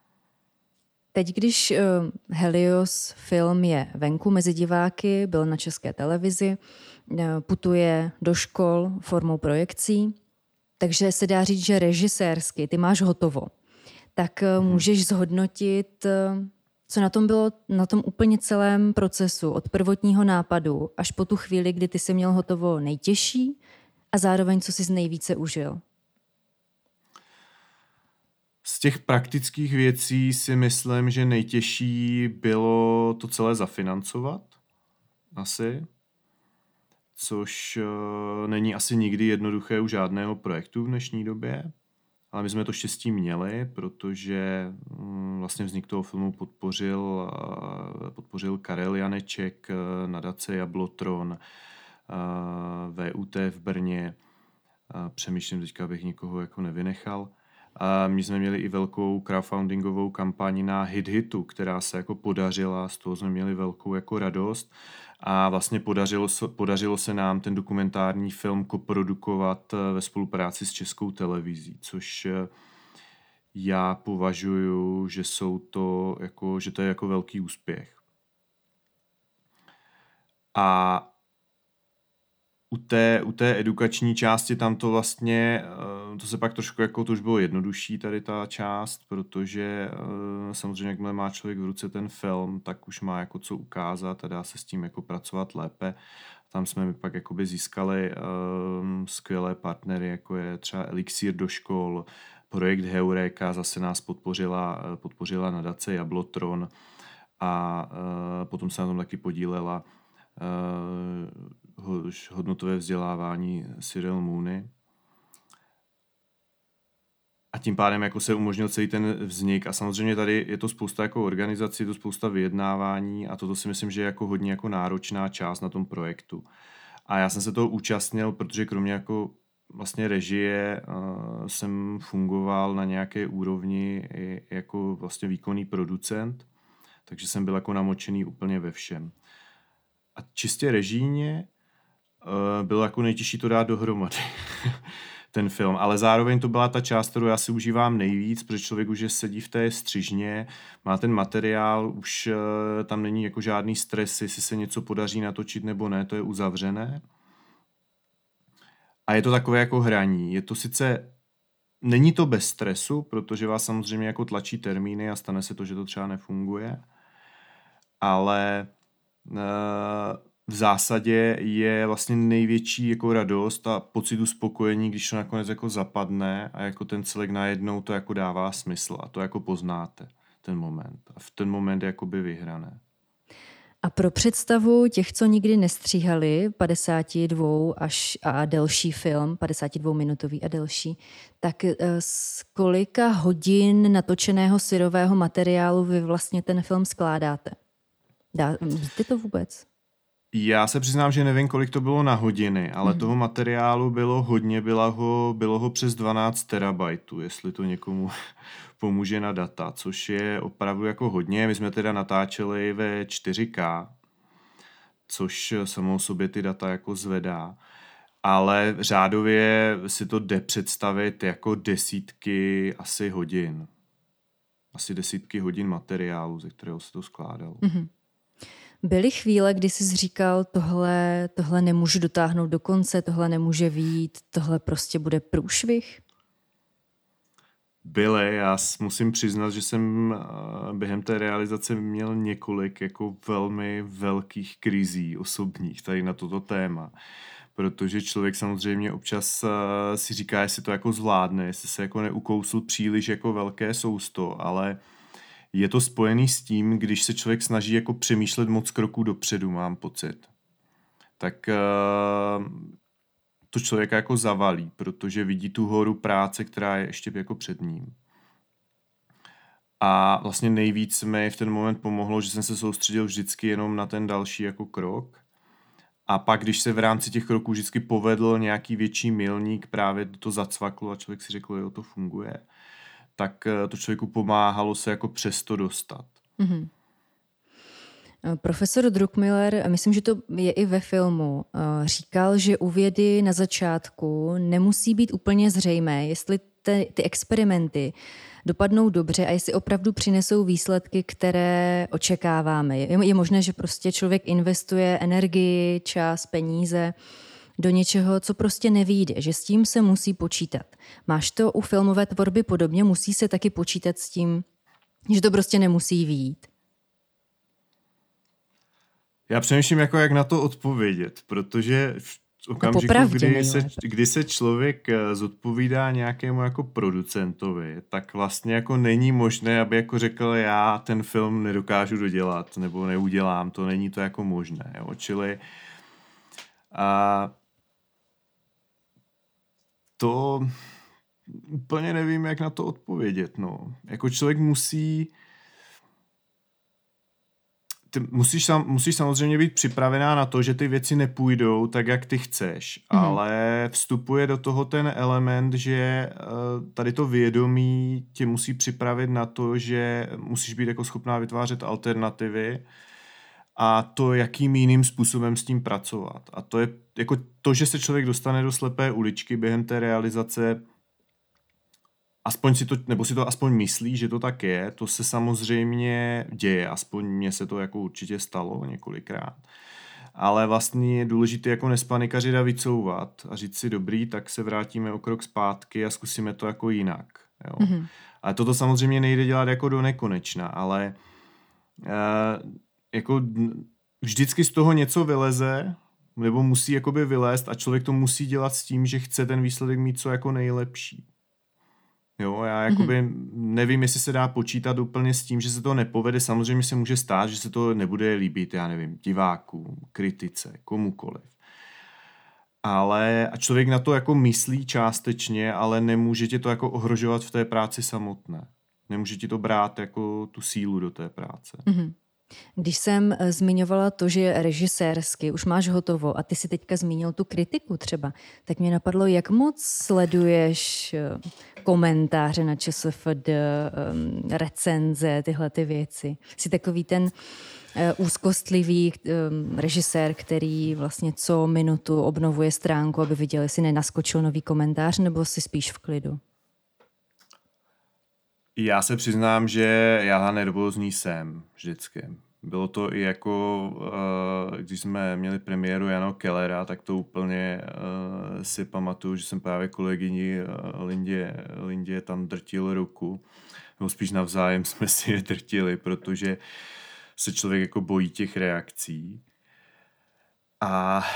[SPEAKER 1] Teď, když uh, Helios film je venku mezi diváky, byl na České televizi, uh, putuje do škol formou projekcí, takže se dá říct, že režisérsky ty máš hotovo. Tak uh, můžeš zhodnotit... Uh, Co na tom bylo, na tom úplně celém procesu, od prvotního nápadu až po tu chvíli, kdy ty jsi měl hotovo nejtěžší a zároveň, co jsi nejvíce užil?
[SPEAKER 2] Z těch praktických věcí si myslím, že nejtěžší bylo to celé zafinancovat. Asi. Což uh, není asi nikdy jednoduché u žádného projektu v dnešní době. Ale my jsme to štěstí měli, protože um, vlastně vznik toho filmu podpořil, uh, podpořil Karel Janeček, uh, nadace Jablotron, uh, V U T v Brně. Uh, přemýšlím teďka, abych nikoho jako nevynechal. A my jsme měli i velkou crowdfundingovou kampaň na Hit Hitu, která se jako podařila, z toho jsme měli velkou jako radost a vlastně podařilo se, podařilo se nám ten dokumentární film koprodukovat ve spolupráci s Českou televizí, což já považuji, že jsou to jako, že to je jako velký úspěch. A U té, u té edukační části tam to vlastně, to se pak trošku jako, to už bylo jednodušší tady ta část, protože samozřejmě jakmile má člověk v ruce ten film, tak už má jako co ukázat a dá se s tím jako pracovat lépe. Tam jsme my pak jakoby získali um, skvělé partnery, jako je třeba Elixír do škol, projekt Heureka, zase nás podpořila, podpořila nadace Jablotron a uh, potom se na tom taky podílela uh, hodnotové vzdělávání Cyril Mooney. A tím pádem jako se umožnil celý ten vznik a samozřejmě tady je to spousta jako organizací, je to spousta vyjednávání a toto si myslím, že je jako hodně jako náročná část na tom projektu. A já jsem se toho účastnil, protože kromě jako vlastně režie uh, jsem fungoval na nějaké úrovni i jako vlastně výkonný producent, takže jsem byl jako namočený úplně ve všem. A čistě režijně uh, bylo jako nejtěžší to dát dohromady. Ten film, ale zároveň to byla ta část, kterou já si užívám nejvíc, protože člověk už je sedí v té střižně, má ten materiál, už uh, tam není jako žádný stres, jestli se něco podaří natočit nebo ne, to je uzavřené. A je to takové jako hraní. Je to sice, není to bez stresu, protože vás samozřejmě jako tlačí termíny a stane se to, že to třeba nefunguje, ale uh, v zásadě je vlastně největší jako radost a pocit uspokojení, když to nakonec jako zapadne a jako ten celek najednou to jako dává smysl a to jako poznáte ten moment. A v ten moment je jakoby vyhrané.
[SPEAKER 1] A pro představu těch, co nikdy nestříhali, padesát dva až a delší film, padesát dva minutový a delší, tak z kolika hodin natočeného syrového materiálu vy vlastně ten film skládáte? Dá, víte to vůbec?
[SPEAKER 2] Já se přiznám, že nevím, kolik to bylo na hodiny, ale hmm. toho materiálu bylo hodně, bylo ho, bylo ho přes dvanáct terabajtů, jestli to někomu pomůže na data, což je opravdu jako hodně. My jsme teda natáčeli ve čtyři ká, což samou sobě ty data jako zvedá, ale řádově si to jde představit jako desítky asi hodin. Asi desítky hodin materiálu, ze kterého se to skládalo.
[SPEAKER 1] Hmm. Byly chvíle, kdy jsi říkal, tohle, tohle nemůžu dotáhnout do konce, tohle nemůže vyjít, tohle prostě bude průšvih?
[SPEAKER 2] Byly, já musím přiznat, že jsem během té realizace měl několik jako velmi velkých krizí osobních tady na toto téma, protože člověk samozřejmě občas si říká, jestli to jako zvládne, jestli se jako neukousl příliš jako velké sousto, ale je to spojený s tím, když se člověk snaží jako přemýšlet moc kroků dopředu, mám pocit. Tak uh, to člověka jako zavalí, protože vidí tu horu práce, která je ještě jako před ním. A vlastně nejvíc mi v ten moment pomohlo, že jsem se soustředil vždycky jenom na ten další jako krok. A pak, když se v rámci těch kroků vždycky povedl nějaký větší milník, právě to zacvaklo a člověk si řekl, jo, to funguje, tak to člověku pomáhalo se jako přesto dostat.
[SPEAKER 1] Mm-hmm. Profesor Druckmiller, myslím, že to je i ve filmu, říkal, že u vědy na začátku nemusí být úplně zřejmé, jestli ty, ty experimenty dopadnou dobře a jestli opravdu přinesou výsledky, které očekáváme. Je, je možné, že prostě člověk investuje energii, čas, peníze do něčeho, co prostě nevyjde, že s tím se musí počítat. Máš to u filmové tvorby podobně? Musí se taky počítat s tím, že to prostě nemusí vyjít?
[SPEAKER 2] Já přemýšlím, jako jak na to odpovědět, protože v okamžiku, kdy se, kdy se člověk zodpovídá nějakému jako producentovi, tak vlastně jako není možné, aby jako řekl, já ten film nedokážu dodělat, nebo neudělám, to není to jako možné, jo, čili a to úplně nevím, jak na to odpovědět, no. Jako člověk musí ty musíš, sam, musíš samozřejmě být připravená na to, že ty věci nepůjdou tak, jak ty chceš, mm. ale vstupuje do toho ten element, že uh, tady to vědomí tě musí připravit na to, že musíš být jako schopná vytvářet alternativy a to, jakým jiným způsobem s tím pracovat. A to je jako to, že se člověk dostane do slepé uličky během té realizace, aspoň si to, nebo si to aspoň myslí, že to tak je, to se samozřejmě děje, aspoň mně se to jako určitě stalo několikrát. Ale vlastně je důležité jako nespanikařit a vycouvat a říct si dobrý, tak se vrátíme o krok zpátky a zkusíme to jako jinak. Jo. Mm-hmm. Ale toto samozřejmě nejde dělat jako do nekonečna, ale uh, jako vždycky z toho něco vyleze, nebo musí jakoby vylézt a člověk to musí dělat s tím, že chce ten výsledek mít co jako nejlepší. Jo, já jakoby mm-hmm. nevím, jestli se dá počítat úplně s tím, že se to nepovede. Samozřejmě se může stát, že se to nebude líbit, já nevím, divákům, kritice, komukoliv. Ale a člověk na to jako myslí částečně, ale nemůže tě to jako ohrožovat v té práci samotné. Nemůže ti to brát jako tu sílu do té práce.
[SPEAKER 1] Mm-hmm. Když jsem zmiňovala to, že režisérsky už máš hotovo a ty si teďka zmínil tu kritiku třeba, tak mě napadlo, jak moc sleduješ komentáře na ČSFD, recenze, tyhle ty věci. Jsi takový ten úzkostlivý režisér, který vlastně co minutu obnovuje stránku, aby viděl, jestli nenaskočil nový komentář, nebo jsi spíš v klidu?
[SPEAKER 2] Já se přiznám, že já nervózní jsem vždycky. Bylo to i jako, když jsme měli premiéru Jana Kellera, tak to úplně si pamatuju, že jsem právě kolegyni Lindě, Lindě tam drtil ruku. Nebo spíš navzájem jsme si je drtili, protože se člověk jako bojí těch reakcí. A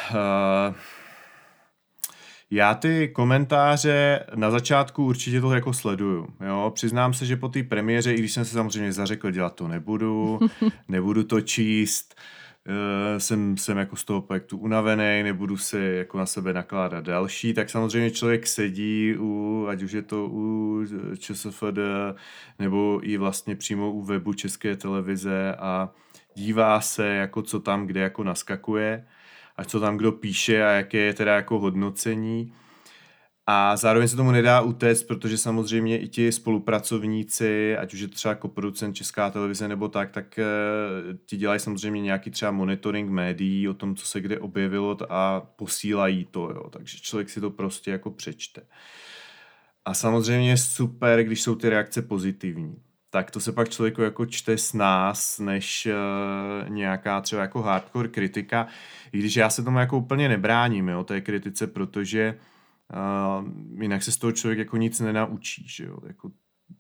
[SPEAKER 2] já ty komentáře na začátku určitě to jako sleduju. Jo? Přiznám se, že po té premiéře, i když jsem se samozřejmě zařekl, dělat to nebudu, nebudu to číst, uh, jsem, jsem jako z toho projektu unavený, nebudu si jako na sebe nakládat další, tak samozřejmě člověk sedí, u, ať už je to u ČSFD, nebo i vlastně přímo u webu České televize a dívá se, jako co tam, kde jako naskakuje, a co tam kdo píše a jaké je teda jako hodnocení. A zároveň se tomu nedá utéct, protože samozřejmě i ti spolupracovníci, ať už je třeba jako producent Česká televize nebo tak, tak ti dělají samozřejmě nějaký třeba monitoring médií o tom, co se kde objevilo a posílají to, jo. Takže člověk si to prostě jako přečte. A samozřejmě je super, když jsou ty reakce pozitivní. Tak to se pak člověku jako čte s nás, než uh, nějaká třeba jako hardcore kritika. I když já se tomu jako úplně nebráním, jo, té kritice, protože uh, jinak se z toho člověk jako nic nenaučí, že jo. Jako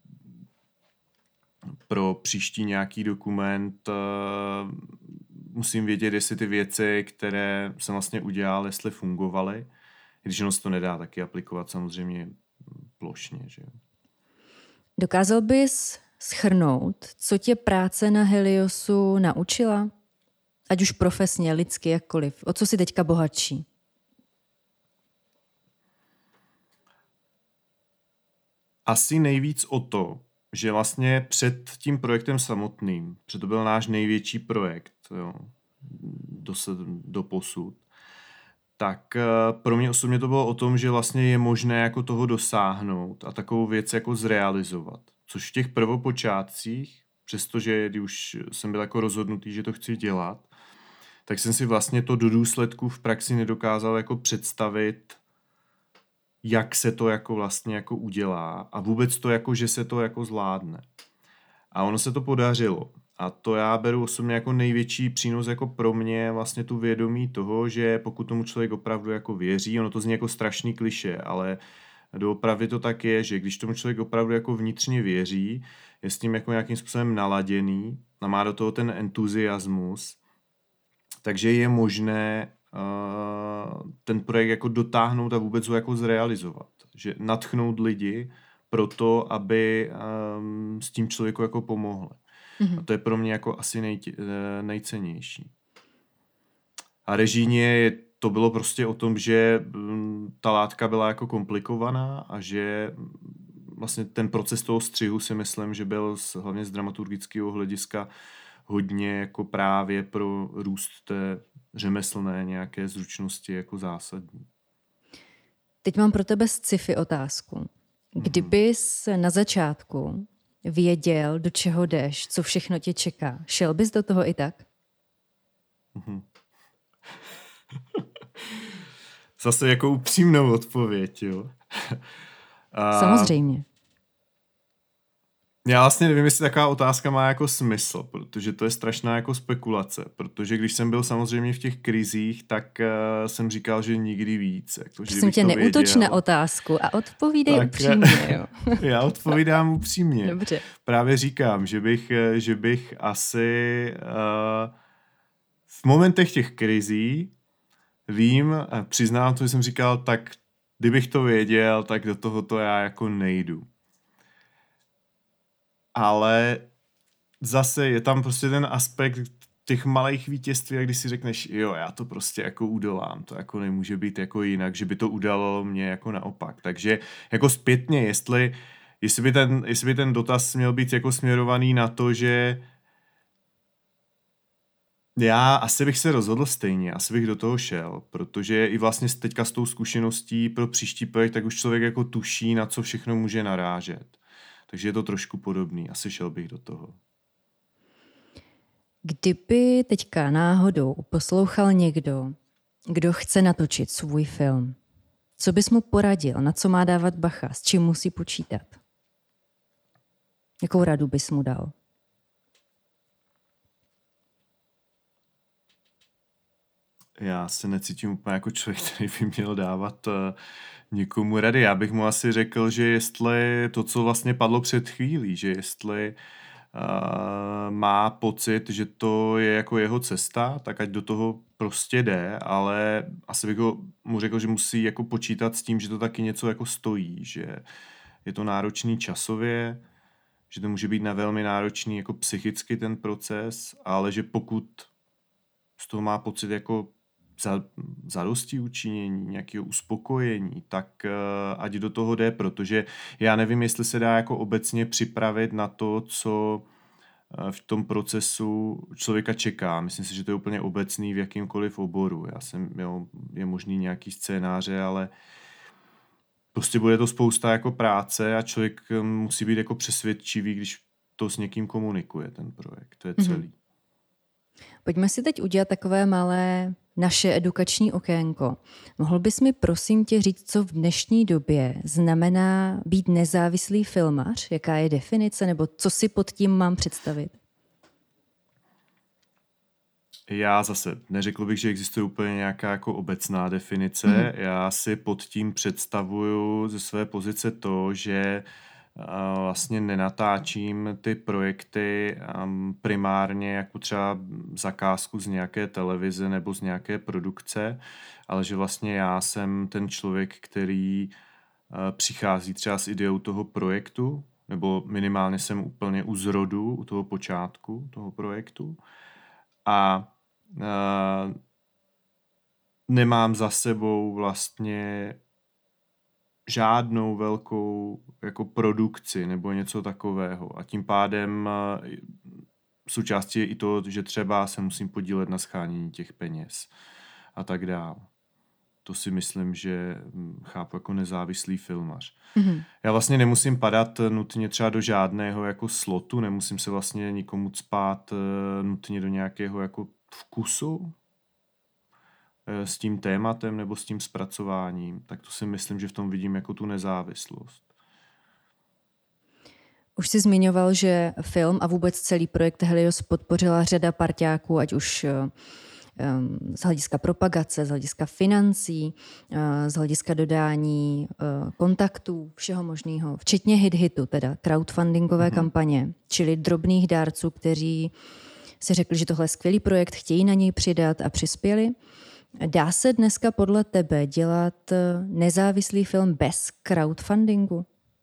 [SPEAKER 2] pro příští nějaký dokument uh, musím vědět, jestli ty věci, které jsem vlastně udělal, jestli fungovaly. Když ono se to nedá taky aplikovat samozřejmě plošně, že jo.
[SPEAKER 1] Dokázal bys shrnout, co tě práce na Heliosu naučila? Ať už profesně, lidsky, jakkoliv. O co jsi teďka bohatší?
[SPEAKER 2] Asi nejvíc o to, že vlastně před tím projektem samotným, protože to byl náš největší projekt, jo, do, do posud, tak pro mě osobně to bylo o tom, že vlastně je možné jako toho dosáhnout a takovou věc jako zrealizovat. Což v těch prvopočátcích, přestože když už jsem byl jako rozhodnutý, že to chci dělat, tak jsem si vlastně to do důsledku v praxi nedokázal jako představit, jak se to jako vlastně jako udělá a vůbec to jako, že se to jako zvládne. A ono se to podařilo. A to já beru osobně jako největší přínos jako pro mě vlastně tu vědomí toho, že pokud tomu člověk opravdu jako věří, ono to zní jako strašný klišé, ale doopravdy to tak je, že když tomu člověk opravdu jako vnitřně věří, je s tím jako nějakým způsobem naladěný a má do toho ten entuziasmus, takže je možné ten projekt jako dotáhnout a vůbec ho jako zrealizovat. Že nadchnout lidi pro to, aby um, s tím člověku jako pomohli. Mm-hmm. A to je pro mě jako asi nej, nejcennější. A režijně to bylo prostě o tom, že ta látka byla jako komplikovaná a že vlastně ten proces toho střihu si myslím, že byl z, hlavně z dramaturgického hlediska hodně jako právě pro růst té řemeslné nějaké zručnosti jako zásadní.
[SPEAKER 1] Teď mám pro tebe sci-fi otázku. Kdybys na začátku věděl, do čeho jdeš, co všechno tě čeká, šel bys do toho i tak?
[SPEAKER 2] Mhm. Zase jako upřímnou odpověď, jo.
[SPEAKER 1] A... Samozřejmě.
[SPEAKER 2] Já vlastně nevím, jestli taková otázka má jako smysl, protože to je strašná jako spekulace, protože když jsem byl samozřejmě v těch krizích, tak uh, jsem říkal, že nikdy víc. Jako,
[SPEAKER 1] Prosím tě, neútoč na otázku a odpovídej tak, upřímně. Jo.
[SPEAKER 2] Já odpovídám upřímně.
[SPEAKER 1] Dobře.
[SPEAKER 2] Právě říkám, že bych, že bych asi uh, v momentech těch krizí vím, přiznám to, že jsem říkal, tak kdybych to věděl, tak do tohoto já jako nejdu. Ale zase je tam prostě ten aspekt těch malých vítězství, jak když si řekneš, jo, já to prostě jako udolám, to jako nemůže být jako jinak, že by to udalo mě jako naopak. Takže jako zpětně, jestli, jestli, by ten, jestli by ten dotaz měl být jako směrovaný na to, že já asi bych se rozhodl stejně, asi bych do toho šel, protože i vlastně teďka s tou zkušeností pro příští projekt, tak už člověk jako tuší, na co všechno může narážet. Takže je to trošku podobný. Asi šel bych do toho.
[SPEAKER 1] Kdyby teďka náhodou poslouchal někdo, kdo chce natočit svůj film, co bys mu poradil? Na co má dávat bacha? S čím musí počítat? Jakou radu bys mu dal?
[SPEAKER 2] Já se necítím úplně jako člověk, který by měl dávat uh, někomu rady. Já bych mu asi řekl, že jestli to, co vlastně padlo před chvílí, že jestli uh, má pocit, že to je jako jeho cesta, tak ať do toho prostě jde, ale asi bych ho, mu řekl, že musí jako počítat s tím, že to taky něco jako stojí, že je to náročný časově, že to může být na velmi náročný jako psychicky ten proces, ale že pokud z toho má pocit jako za, zadosti učinění, nějakého uspokojení, tak uh, ať do toho jde, protože já nevím, jestli se dá jako obecně připravit na to, co uh, v tom procesu člověka čeká. Myslím si, že to je úplně obecný v jakýmkoliv oboru. Já jsem, jo, je možný nějaký scénáře, ale prostě bude to spousta jako práce a člověk musí být jako přesvědčivý, když to s někým komunikuje, ten projekt. To je celý. Mm-hmm.
[SPEAKER 1] Pojďme si teď udělat takové malé naše edukační okénko. Mohl bys mi prosím tě říct, co v dnešní době znamená být nezávislý filmař? Jaká je definice, nebo co si pod tím mám představit?
[SPEAKER 2] Já zase neřekl bych, že existuje úplně nějaká jako obecná definice. Mm-hmm. Já si pod tím představuju ze své pozice to, že vlastně nenatáčím ty projekty primárně jako třeba zakázku z nějaké televize nebo z nějaké produkce, ale že vlastně já jsem ten člověk, který přichází třeba s ideou toho projektu, nebo minimálně jsem úplně u zrodu, u toho počátku toho projektu a nemám za sebou vlastně žádnou velkou jako produkci nebo něco takového. A tím pádem součástí je i to, že třeba se musím podílet na shánění těch peněz a tak dále. To si myslím, že chápu jako nezávislý filmař. Mm-hmm. Já vlastně nemusím padat nutně třeba do žádného jako slotu, nemusím se vlastně nikomu cpát nutně do nějakého jako vkusu s tím tématem nebo s tím zpracováním, tak to si myslím, že v tom vidím jako tu nezávislost.
[SPEAKER 1] Už jsi zmiňoval, že film a vůbec celý projekt Helios podpořila řada parťáků, ať už z hlediska propagace, z hlediska financí, z hlediska dodání kontaktů, všeho možného, včetně hit-hitu, teda crowdfundingové mm-hmm. kampaně, čili drobných dárců, kteří si řekli, že tohle je skvělý projekt, chtějí na něj přidat a přispěli. Dá se dneska podle tebe dělat nezávislý film bez crowdfundingu?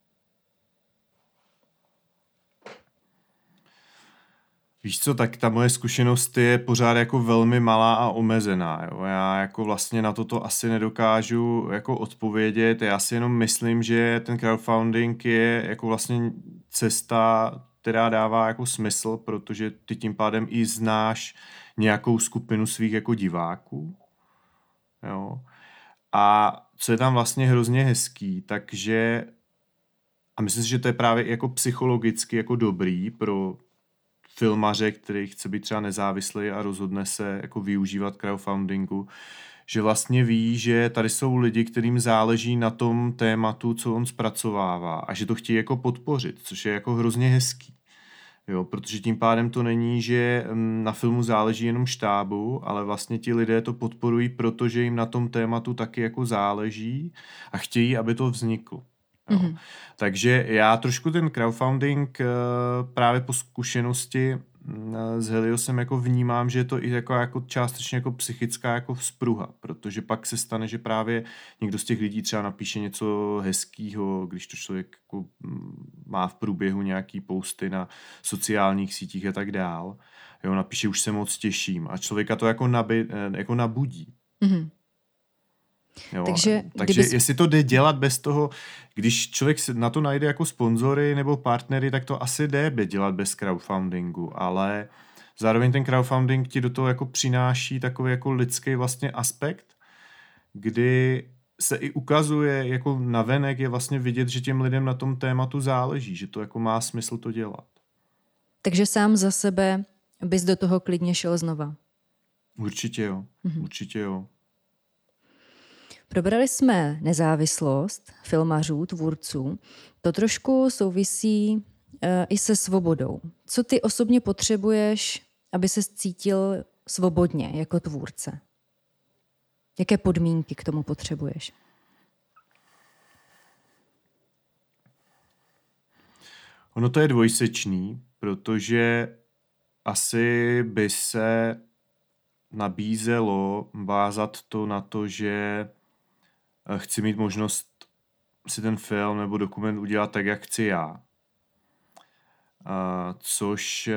[SPEAKER 2] Víš co, tak ta moje zkušenost je pořád jako velmi malá a omezená. Jo? Já jako vlastně na toto asi nedokážu jako odpovědět. Já si jenom myslím, že ten crowdfunding je jako vlastně cesta, která dává jako smysl, protože ty tím pádem i znáš nějakou skupinu svých jako diváků. Jo? A co je tam vlastně hrozně hezký, takže a myslím si, že to je právě jako psychologicky jako dobrý pro filmaře, který chce být třeba nezávislý a rozhodne se jako využívat crowdfundingu, že vlastně ví, že tady jsou lidi, kterým záleží na tom tématu, co on zpracovává a že to chtějí jako podpořit, což je jako hrozně hezký. Jo, protože tím pádem to není, že na filmu záleží jenom štábu, ale vlastně ti lidé to podporují, protože jim na tom tématu taky jako záleží a chtějí, aby to vzniklo. Jo. Mm-hmm. Takže já trošku ten crowdfunding právě po zkušenosti s Heliosem jako vnímám, že je to i jako, jako částečně jako psychická jako vzpruha, protože pak se stane, že právě někdo z těch lidí třeba napíše něco hezkýho, když to člověk jako má v průběhu nějaký posty na sociálních sítích a tak dál. Jo, napíše, už se moc těším a člověka to jako, nabi, jako nabudí. Mm-hmm. Jo, takže takže kdybys... jestli to jde dělat bez toho, když člověk na to najde jako sponzory nebo partnery, tak to asi jde dělat bez crowdfundingu, ale zároveň ten crowdfunding ti do toho jako přináší takový jako lidský vlastně aspekt, kdy se i ukazuje jako navenek je vlastně vidět, že těm lidem na tom tématu záleží, že to jako má smysl to dělat.
[SPEAKER 1] Takže sám za sebe bys do toho klidně šel znova?
[SPEAKER 2] Určitě jo, mhm. určitě jo.
[SPEAKER 1] Probrali jsme nezávislost filmařů, tvůrců. To trošku souvisí e, i se svobodou. Co ty osobně potřebuješ, aby ses cítil svobodně jako tvůrce? Jaké podmínky k tomu potřebuješ?
[SPEAKER 2] Ono to je dvojsečný, protože asi by se nabízelo vázat to na to, že chci mít možnost si ten film nebo dokument udělat tak, jak chci já. A což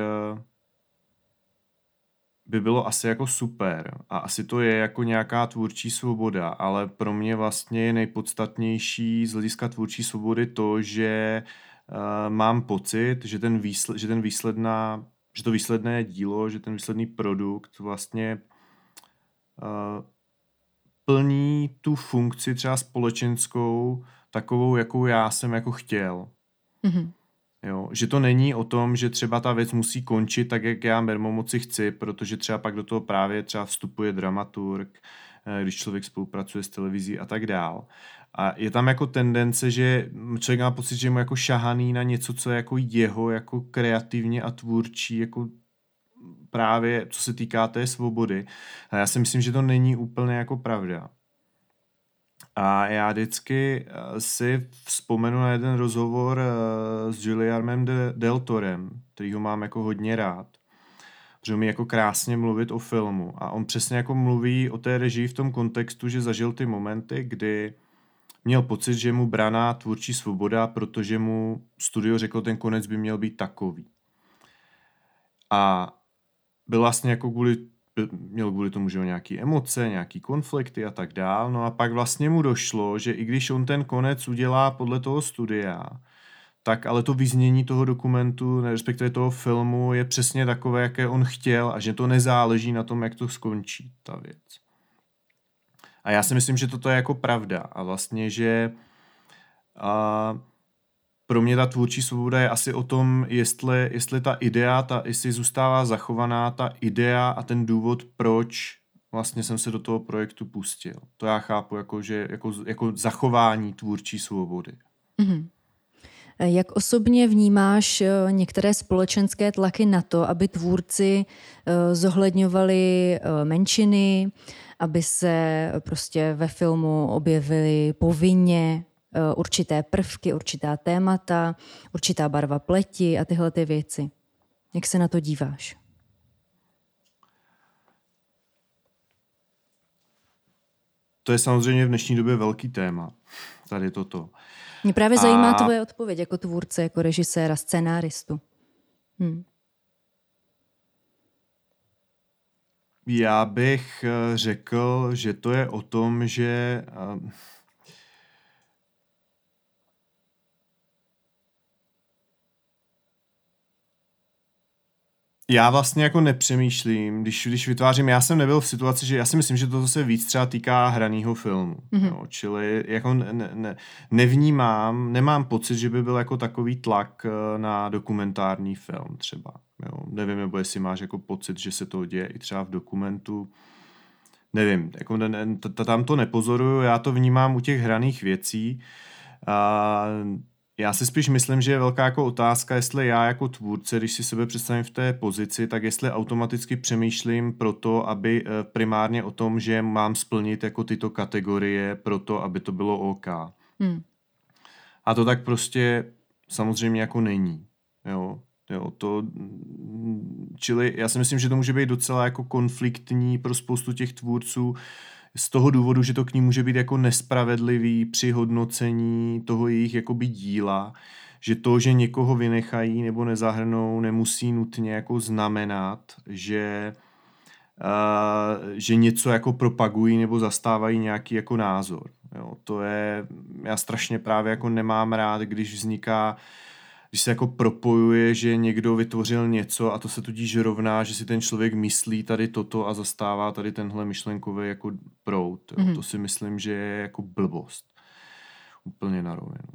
[SPEAKER 2] by bylo asi jako super. A asi to je jako nějaká tvůrčí svoboda, ale pro mě vlastně je nejpodstatnější z hlediska tvůrčí svobody to, že uh, mám pocit, že ten, výsled, že ten výsledná, že to výsledné dílo, že ten výsledný produkt vlastně uh, plní tu funkci třeba společenskou takovou, jakou já jsem jako chtěl. Mm-hmm. Jo, že to není o tom, že třeba ta věc musí končit tak, jak já mermomoci chci, protože třeba pak do toho právě třeba vstupuje dramaturg, když člověk spolupracuje s televizí a tak dál. A je tam jako tendence, že člověk má pocit, že je mu jako šahaný na něco, co je jako jeho, jako kreativně a tvůrčí, jako právě co se týká té svobody. A já si myslím, že to není úplně jako pravda. A já vždycky si vzpomenu na jeden rozhovor s Guillermem del Torem, kterýho mám jako hodně rád. Protože umí jako krásně mluvit o filmu. A on přesně jako mluví o té režii v tom kontextu, že zažil ty momenty, kdy měl pocit, že mu braná tvůrčí svoboda, protože mu studio řeklo, ten konec by měl být takový. A byl vlastně jako kvůli, měl kvůli tomu, že o nějaký emoce, nějaký konflikty a tak dál. No a pak vlastně mu došlo, že i když on ten konec udělá podle toho studia, tak ale to vyznění toho dokumentu, respektive toho filmu, je přesně takové, jaké on chtěl a že to nezáleží na tom, jak to skončí, ta věc. A já si myslím, že toto je jako pravda a vlastně, že a pro mě ta tvůrčí svoboda je asi o tom, jestli, jestli ta idea, ta, jestli zůstává zachovaná ta idea a ten důvod, proč vlastně jsem se do toho projektu pustil. To já chápu jako, že, jako, jako zachování tvůrčí svobody.
[SPEAKER 1] Mm-hmm. Jak osobně vnímáš některé společenské tlaky na to, aby tvůrci zohledňovali menšiny, aby se prostě ve filmu objevily povinně určité prvky, určitá témata, určitá barva pleti a tyhle ty věci? Jak se na to díváš?
[SPEAKER 2] To je samozřejmě v dnešní době velký téma, tady toto.
[SPEAKER 1] Mě právě a... zajímá tvoje odpověď jako tvůrce, jako režiséra, scénáristu. Hm.
[SPEAKER 2] Já bych řekl, že to je o tom, že já vlastně jako nepřemýšlím, když, když vytvářím, já jsem nebyl v situaci, že já si myslím, že to se víc třeba týká hraného filmu, mm-hmm. jo, čili jako ne, ne, nevnímám, nemám pocit, že by byl jako takový tlak na dokumentární film třeba, jo, nevím, nebo jestli máš jako pocit, že se to děje i třeba v dokumentu, nevím, jako ne, ne, tam to nepozoruju, já to vnímám u těch hraných věcí a já si spíš myslím, že je velká jako otázka, jestli já jako tvůrce, když si sebe představím v té pozici, tak jestli automaticky přemýšlím pro to, aby primárně o tom, že mám splnit jako tyto kategorie pro to, aby to bylo OK. Hmm. A to tak prostě samozřejmě jako není. Jo, jo, to, čili já si myslím, že to může být docela jako konfliktní pro spoustu těch tvůrců, z toho důvodu, že to k ní může být jako nespravedlivý při hodnocení toho jejich jakoby díla, že to, že někoho vynechají nebo nezahrnou, nemusí nutně jako znamenat, že, uh, že něco jako propagují nebo zastávají nějaký jako názor. Jo, to je, já strašně právě jako nemám rád, když vzniká, když se jako propojuje, že někdo vytvořil něco a to se tudíž rovná, že si ten člověk myslí tady toto a zastává tady tenhle myšlenkový jako proud. Jo. Mm-hmm. To si myslím, že je jako blbost. Úplně na rovinu.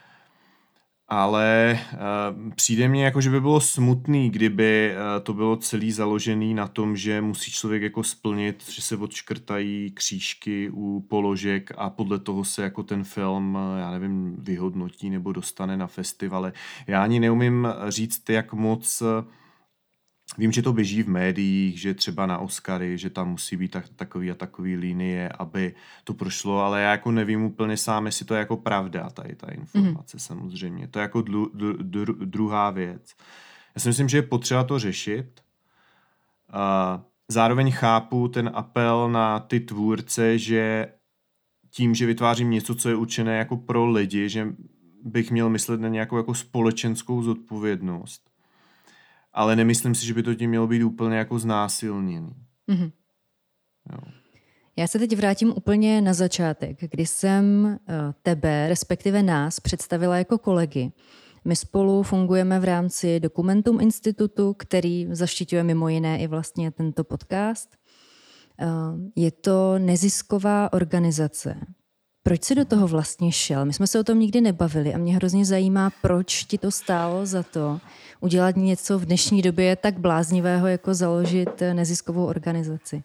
[SPEAKER 2] Ale uh, přijde mně jako, že by bylo smutný, kdyby uh, to bylo celý založený na tom, že musí člověk jako splnit, že se odškrtají křížky u položek a podle toho se jako ten film, já nevím, vyhodnotí nebo dostane na festivaly. Já ani neumím říct, jak moc... Vím, že to běží v médiích, že třeba na Oscary, že tam musí být tak, takový a takový linie, aby to prošlo, ale já jako nevím úplně sám, jestli to je jako pravda, tady ta informace mm. samozřejmě. To je jako dlu, dru, dru, druhá věc. Já si myslím, že je potřeba to řešit. Uh, zároveň chápu ten apel na ty tvůrce, že tím, že vytvářím něco, co je určené jako pro lidi, že bych měl myslet na nějakou jako společenskou zodpovědnost. Ale nemyslím si, že by to tím mělo být úplně jako znásilněný. Mm-hmm. Jo.
[SPEAKER 1] Já se teď vrátím úplně na začátek, kdy jsem tebe, respektive nás, představila jako kolegy. My spolu fungujeme v rámci Dokumentum institutu, který zaštiťuje mimo jiné i vlastně tento podcast. Je to nezisková organizace. Proč jsi do toho vlastně šel? My jsme se o tom nikdy nebavili a mě hrozně zajímá, proč ti to stálo za to udělat něco v dnešní době tak bláznivého, jako založit neziskovou organizaci.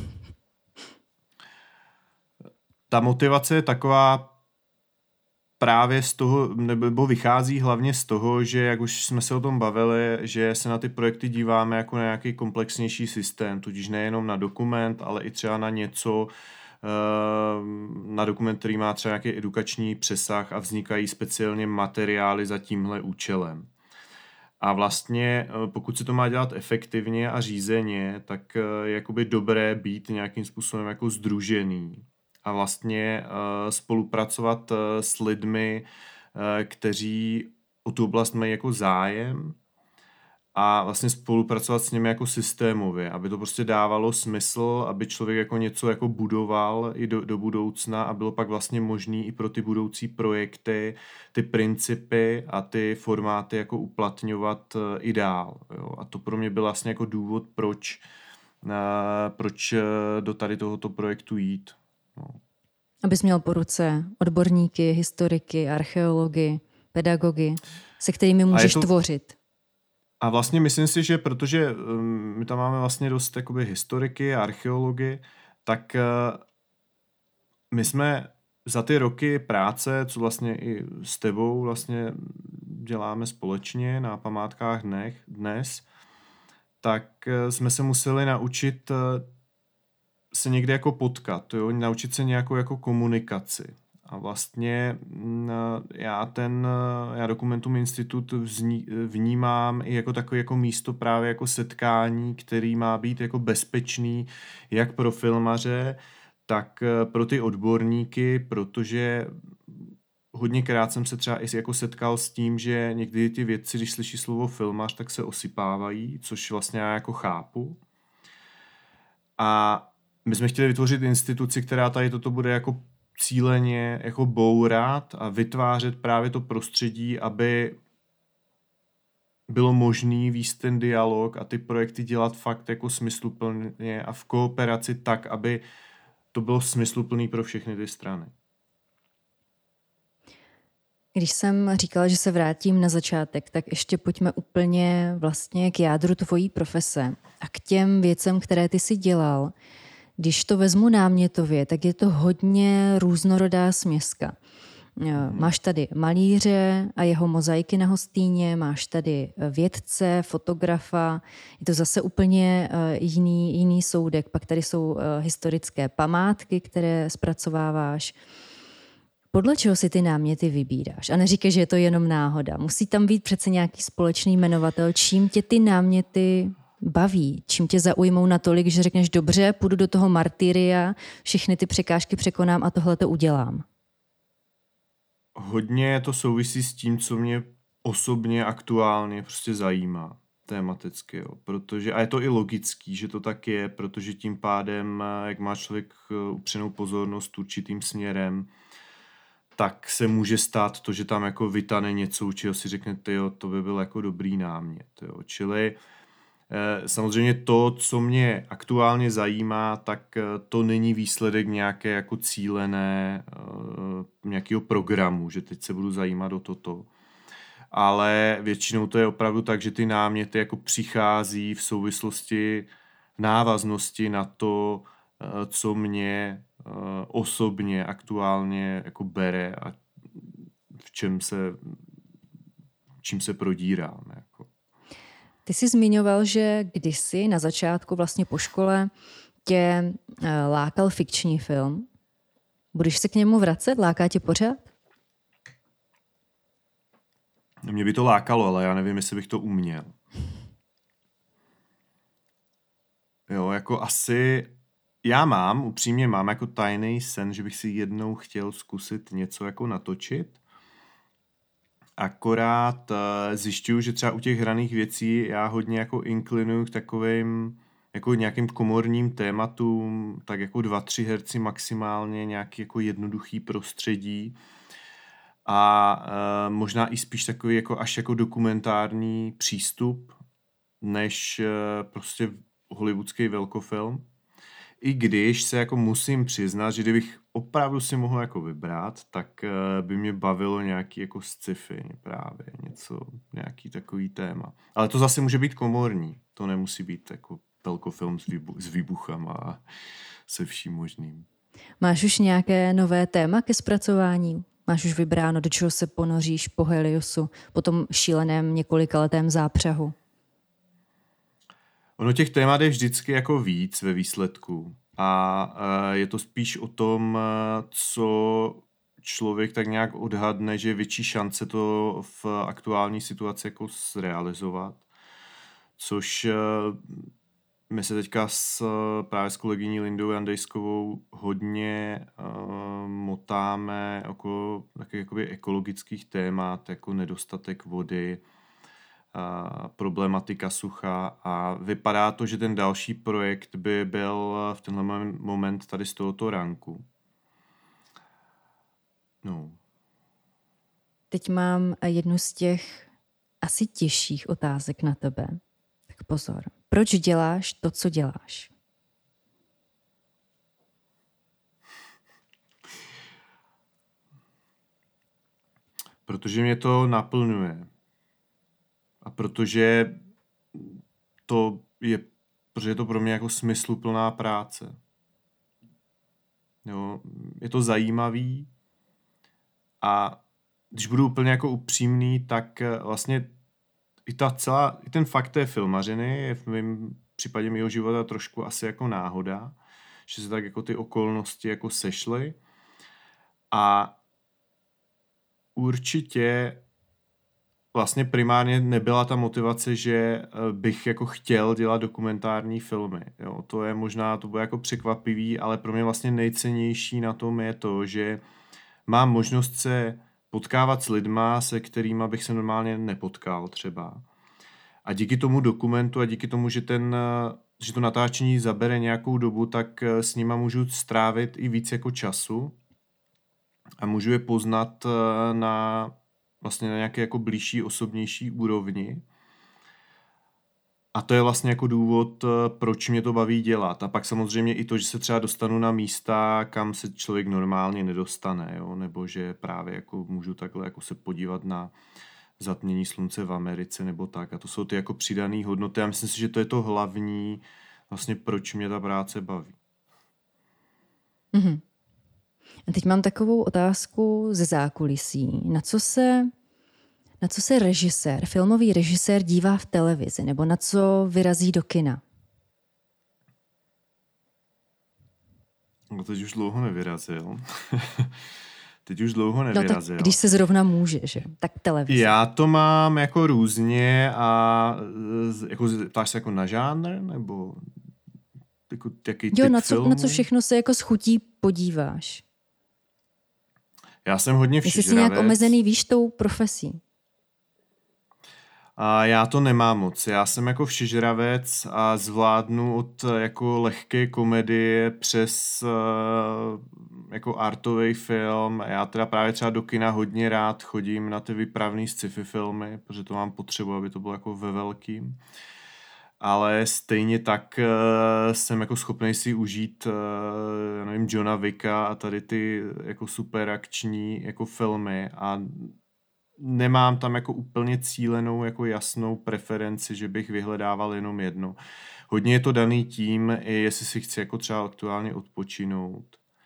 [SPEAKER 2] Ta motivace je taková právě z toho, nebo vychází hlavně z toho, že jak už jsme se o tom bavili, že se na ty projekty díváme jako na nějaký komplexnější systém, tudíž nejenom na dokument, ale i třeba na něco, na dokument, který má třeba nějaký edukační přesah a vznikají speciálně materiály za tímhle účelem. A vlastně pokud se to má dělat efektivně a řízeně, tak je jakoby dobré být nějakým způsobem jako sdružený a vlastně spolupracovat s lidmi, kteří o tu oblast mají jako zájem a vlastně spolupracovat s nimi jako systémově, aby to prostě dávalo smysl, aby člověk jako něco jako budoval i do, do budoucna a bylo pak vlastně možný i pro ty budoucí projekty ty principy a ty formáty jako uplatňovat i dál. Jo. A to pro mě byl vlastně jako důvod, proč, uh, proč do tady tohoto projektu jít. No.
[SPEAKER 1] Abys měl po ruce odborníky, historiky, archeology, pedagogy, se kterými můžeš to... tvořit.
[SPEAKER 2] A vlastně myslím si, že protože um, my tam máme vlastně dost jakoby historiky a archeology, tak uh, my jsme za ty roky práce, co vlastně i s tebou vlastně děláme společně na památkách dnech, dnes, tak uh, jsme se museli naučit uh, se někde jako potkat, jo? Naučit se nějakou jako komunikaci. A vlastně já ten, já Dokumentum institut vzní, vnímám i jako takový jako místo právě jako setkání, který má být jako bezpečný jak pro filmaře, tak pro ty odborníky, protože hodněkrát jsem se třeba i jako setkal s tím, že někdy ty vědci, když slyší slovo filmař, tak se osypávají, což vlastně já jako chápu. A my jsme chtěli vytvořit instituci, která tady toto bude jako cíleně jako bourat a vytvářet právě to prostředí, aby bylo možný vést ten dialog a ty projekty dělat fakt jako smysluplně a v kooperaci tak, aby to bylo smysluplný pro všechny ty strany.
[SPEAKER 1] Když jsem říkala, že se vrátím na začátek, tak ještě pojďme úplně vlastně k jádru tvojí profese a k těm věcem, které ty si dělal. Když to vezmu námětově, tak je to hodně různorodá směska. Máš tady malíře a jeho mozaiky na Hostýně, máš tady vědce, fotografa, je to zase úplně jiný, jiný soudek, pak tady jsou historické památky, které zpracováváš. Podle čeho si ty náměty vybíráš? A neříkej, že je to jenom náhoda. Musí tam být přece nějaký společný jmenovatel, čím tě ty náměty baví, čím tě zaujmou natolik, že řekneš dobře, půjdu do toho martyria, všechny ty překážky překonám a tohle to udělám.
[SPEAKER 2] Hodně to souvisí s tím, co mě osobně aktuálně prostě zajímá tematicky, jo. Protože, a je to i logický, že to tak je, protože tím pádem, jak má člověk upřenou pozornost určitým směrem, tak se může stát to, že tam jako vytane něco, čeho si řeknete, jo, to by byl jako dobrý námět. Jo. Čili eh, samozřejmě to, co mě aktuálně zajímá, tak eh, to není výsledek nějaké jako cílené eh, nějakého programu, že teď se budu zajímat o toto. Ale většinou to je opravdu tak, že ty náměty jako přichází v souvislosti, v návaznosti na to, eh, co mě osobně aktuálně jako bere a v čem se, čím se prodírám. Jako.
[SPEAKER 1] Ty jsi zmiňoval, že kdysi na začátku vlastně po škole tě lákal fikční film. Budeš se k němu vracet? Láká tě pořád?
[SPEAKER 2] Mě by to lákalo, ale já nevím, jestli bych to uměl. Jo, jako asi já mám, upřímně mám jako tajný sen, že bych si jednou chtěl zkusit něco jako natočit. Akorát uh, zjišťuju, že třeba u těch hraných věcí já hodně jako inklinuju k takovým jako nějakým komorním tématům, tak jako dva, tři herci maximálně, nějaký jako jednoduchý prostředí a uh, možná i spíš takový jako až jako dokumentární přístup, než uh, prostě hollywoodský velkofilm. I když se jako musím přiznat, že kdybych opravdu si mohl jako vybrat, tak uh, by mě bavilo nějaký jako sci-fi právě, něco, nějaký takový téma. Ale to zase může být komorní, to nemusí být jako velkofilm s, výbu- s výbuchama a se vším možným.
[SPEAKER 1] Máš už nějaké nové téma ke zpracování? Máš už vybráno, do čeho se ponoříš po Heliosu, po tom šíleném několikaletém zápřahu?
[SPEAKER 2] Ono těch témat je vždycky jako víc ve výsledku a je to spíš o tom, co člověk tak nějak odhadne, že je větší šance to v aktuální situaci jako zrealizovat, což my se teďka s, právě s kolegyní Lindou Jandejskovou hodně uh, motáme okolo takových jakoby ekologických témat, jako nedostatek vody, Uh, problematika sucha a vypadá to, že ten další projekt by byl v tenhle moment tady z tohoto ranku. No.
[SPEAKER 1] Teď mám jednu z těch asi těžších otázek na tebe. Tak pozor. Proč děláš to, co děláš?
[SPEAKER 2] Protože mě to naplňuje. A protože to je, protože je to pro mě jako smysluplná práce. Jo, je to zajímavý a když budu úplně jako upřímný, tak vlastně i ta celá, i ten fakt té filmařiny je v mém případě mého života trošku asi jako náhoda, že se tak jako ty okolnosti jako sešly a určitě vlastně primárně nebyla ta motivace, že bych jako chtěl dělat dokumentární filmy. Jo, to je možná, to bude jako překvapivý, ale pro mě vlastně nejcennější na tom je to, že mám možnost se potkávat s lidma, se kterými bych se normálně nepotkal třeba. A díky tomu dokumentu a díky tomu, že, ten, že to natáčení zabere nějakou dobu, tak s nima můžu strávit i víc jako času a můžu je poznat na vlastně na nějaké jako blížší, osobnější úrovni. A to je vlastně jako důvod, proč mě to baví dělat. A pak samozřejmě i to, že se třeba dostanu na místa, kam se člověk normálně nedostane, jo? Nebo že právě jako můžu takhle jako se podívat na zatmění slunce v Americe nebo tak. A to jsou ty jako přidané hodnoty. Já myslím si, že to je to hlavní, vlastně proč mě ta práce baví.
[SPEAKER 1] Mm-hmm. A teď mám takovou otázku ze zákulisí. Na co se, na co se režisér, filmový režisér dívá v televizi, nebo na co vyrazí do kina?
[SPEAKER 2] No teď už dlouho nevyrazil. teď už dlouho nevyrazil.
[SPEAKER 1] No tak když se zrovna může, že? Tak televize.
[SPEAKER 2] Já to mám jako různě a jako, ptáš se jako na žánr, nebo jako, jaký
[SPEAKER 1] jo,
[SPEAKER 2] typ
[SPEAKER 1] na co,
[SPEAKER 2] filmu?
[SPEAKER 1] na co všechno se jako schutí podíváš?
[SPEAKER 2] Já jsem hodně všežravec.
[SPEAKER 1] Jestli jsi nějak omezený, víš, tou profesí?
[SPEAKER 2] A já to nemám moc. Já jsem jako všežravec a zvládnu od jako lehké komedie přes uh, jako artový film. Já teda právě třeba do kina hodně rád chodím na ty vypravný sci-fi filmy, protože to mám potřebu, aby to bylo jako ve velkým. Ale stejně tak uh, jsem jako schopnej si užít uh, já nevím, Johna Wicka a tady ty jako super akční jako filmy a nemám tam jako úplně cílenou jako jasnou preferenci, že bych vyhledával jenom jedno. Hodně je to daný tím, jestli si chci jako třeba aktuálně odpočinout.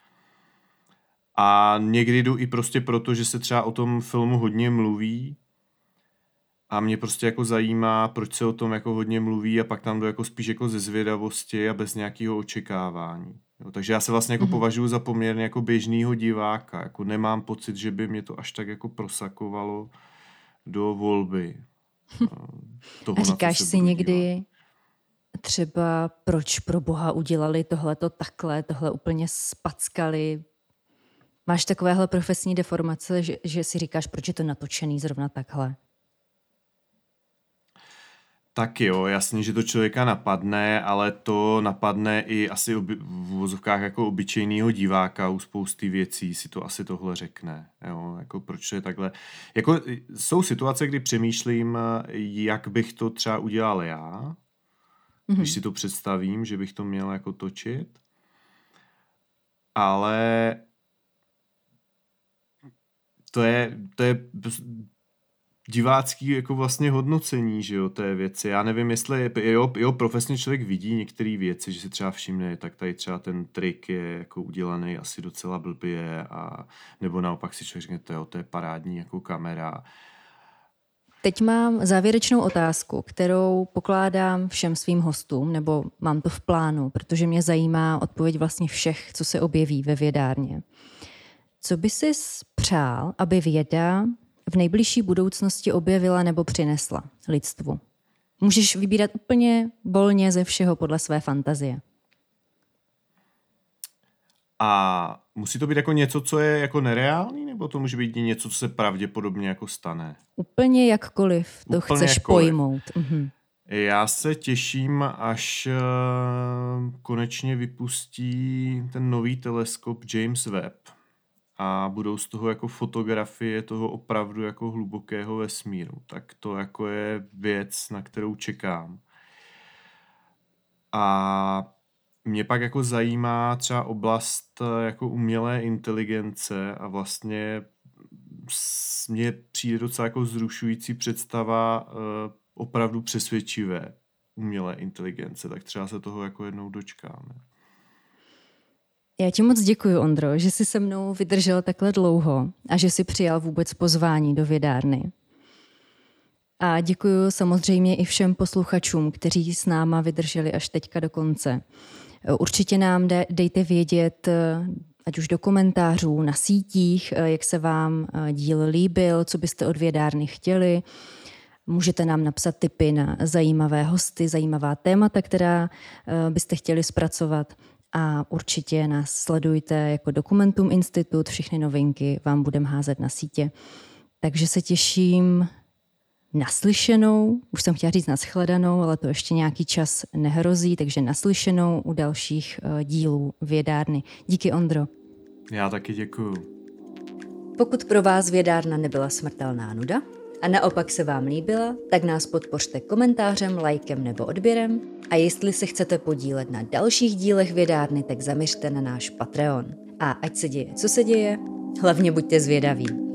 [SPEAKER 2] A někdy jdu i prostě proto, že se třeba o tom filmu hodně mluví a mě prostě jako zajímá, proč se o tom jako hodně mluví a pak tam jdu jako spíš jako ze zvědavosti a bez nějakého očekávání. Jo, takže já se vlastně jako mm-hmm. považuji za poměrně jako běžnýho diváka. Jako nemám pocit, že by mě to až tak jako prosakovalo do volby. Toho,
[SPEAKER 1] a říkáš si někdy
[SPEAKER 2] dívat.
[SPEAKER 1] Třeba, proč pro Boha udělali tohleto takhle, tohle úplně spackali. Máš takovéhle profesní deformace, že, že si říkáš, proč je to natočený zrovna takhle?
[SPEAKER 2] Tak jo, jasně, že to člověka napadne, ale to napadne i asi oby, v uvozovkách jako obyčejného diváka u spousty věcí si to asi tohle řekne. Jo, jako proč to je takhle. Jako jsou situace, kdy přemýšlím, jak bych to třeba udělal já, mm-hmm. když si to představím, že bych to měl jako točit. Ale to je, to je divácký jako vlastně hodnocení, že jo, té věci. Já nevím, jestli jo, jo, profesně člověk vidí některé věci, že si třeba všimne, tak tady třeba ten trik je jako udělaný asi docela blbě a nebo naopak si člověk řekne, to je, to je parádní jako kamera.
[SPEAKER 1] Teď mám závěrečnou otázku, kterou pokládám všem svým hostům, nebo mám to v plánu, protože mě zajímá odpověď vlastně všech, co se objeví ve vědárně. Co by si přál, aby věda v nejbližší budoucnosti objevila nebo přinesla lidstvu? Můžeš vybírat úplně volně ze všeho podle své fantazie.
[SPEAKER 2] A musí to být jako něco, co je jako nereálný, nebo to může být něco, co se pravděpodobně jako stane?
[SPEAKER 1] Úplně jakkoliv to
[SPEAKER 2] Úplně
[SPEAKER 1] chceš
[SPEAKER 2] jakkoliv.
[SPEAKER 1] pojmout. Mhm.
[SPEAKER 2] Já se těším, až uh, konečně vypustí ten nový teleskop James Webb a budou z toho jako fotografie toho opravdu jako hlubokého vesmíru. Tak to jako je věc, na kterou čekám. A mě pak jako zajímá třeba oblast jako umělé inteligence a vlastně mně přijde docela jako zrušující představa uh, opravdu přesvědčivé umělé inteligence, tak třeba se toho jako jednou dočkáme.
[SPEAKER 1] Já ti moc děkuji, Ondro, že jsi se mnou vydržel takhle dlouho a že jsi přijal vůbec pozvání do vědárny. A děkuji samozřejmě i všem posluchačům, kteří s náma vydrželi až teďka do konce. Určitě nám dejte vědět, ať už do komentářů na sítích, jak se vám díl líbil, co byste od vědárny chtěli. Můžete nám napsat tipy na zajímavé hosty, zajímavá témata, která byste chtěli zpracovat. A určitě nás sledujte jako Dokumentum Institut, všechny novinky vám budeme házet na sítě. Takže se těším naslyšenou, už jsem chtěla říct nashledanou, ale to ještě nějaký čas nehrozí, takže naslyšenou u dalších dílů Vědárny. Díky, Ondro.
[SPEAKER 2] Já taky děkuju.
[SPEAKER 1] Pokud pro vás Vědárna nebyla smrtelná nuda a naopak se vám líbila, tak nás podpořte komentářem, lajkem nebo odběrem a jestli se chcete podílet na dalších dílech Vědárny, tak zaměřte na náš Patreon. A ať se děje, co se děje, hlavně buďte zvědaví.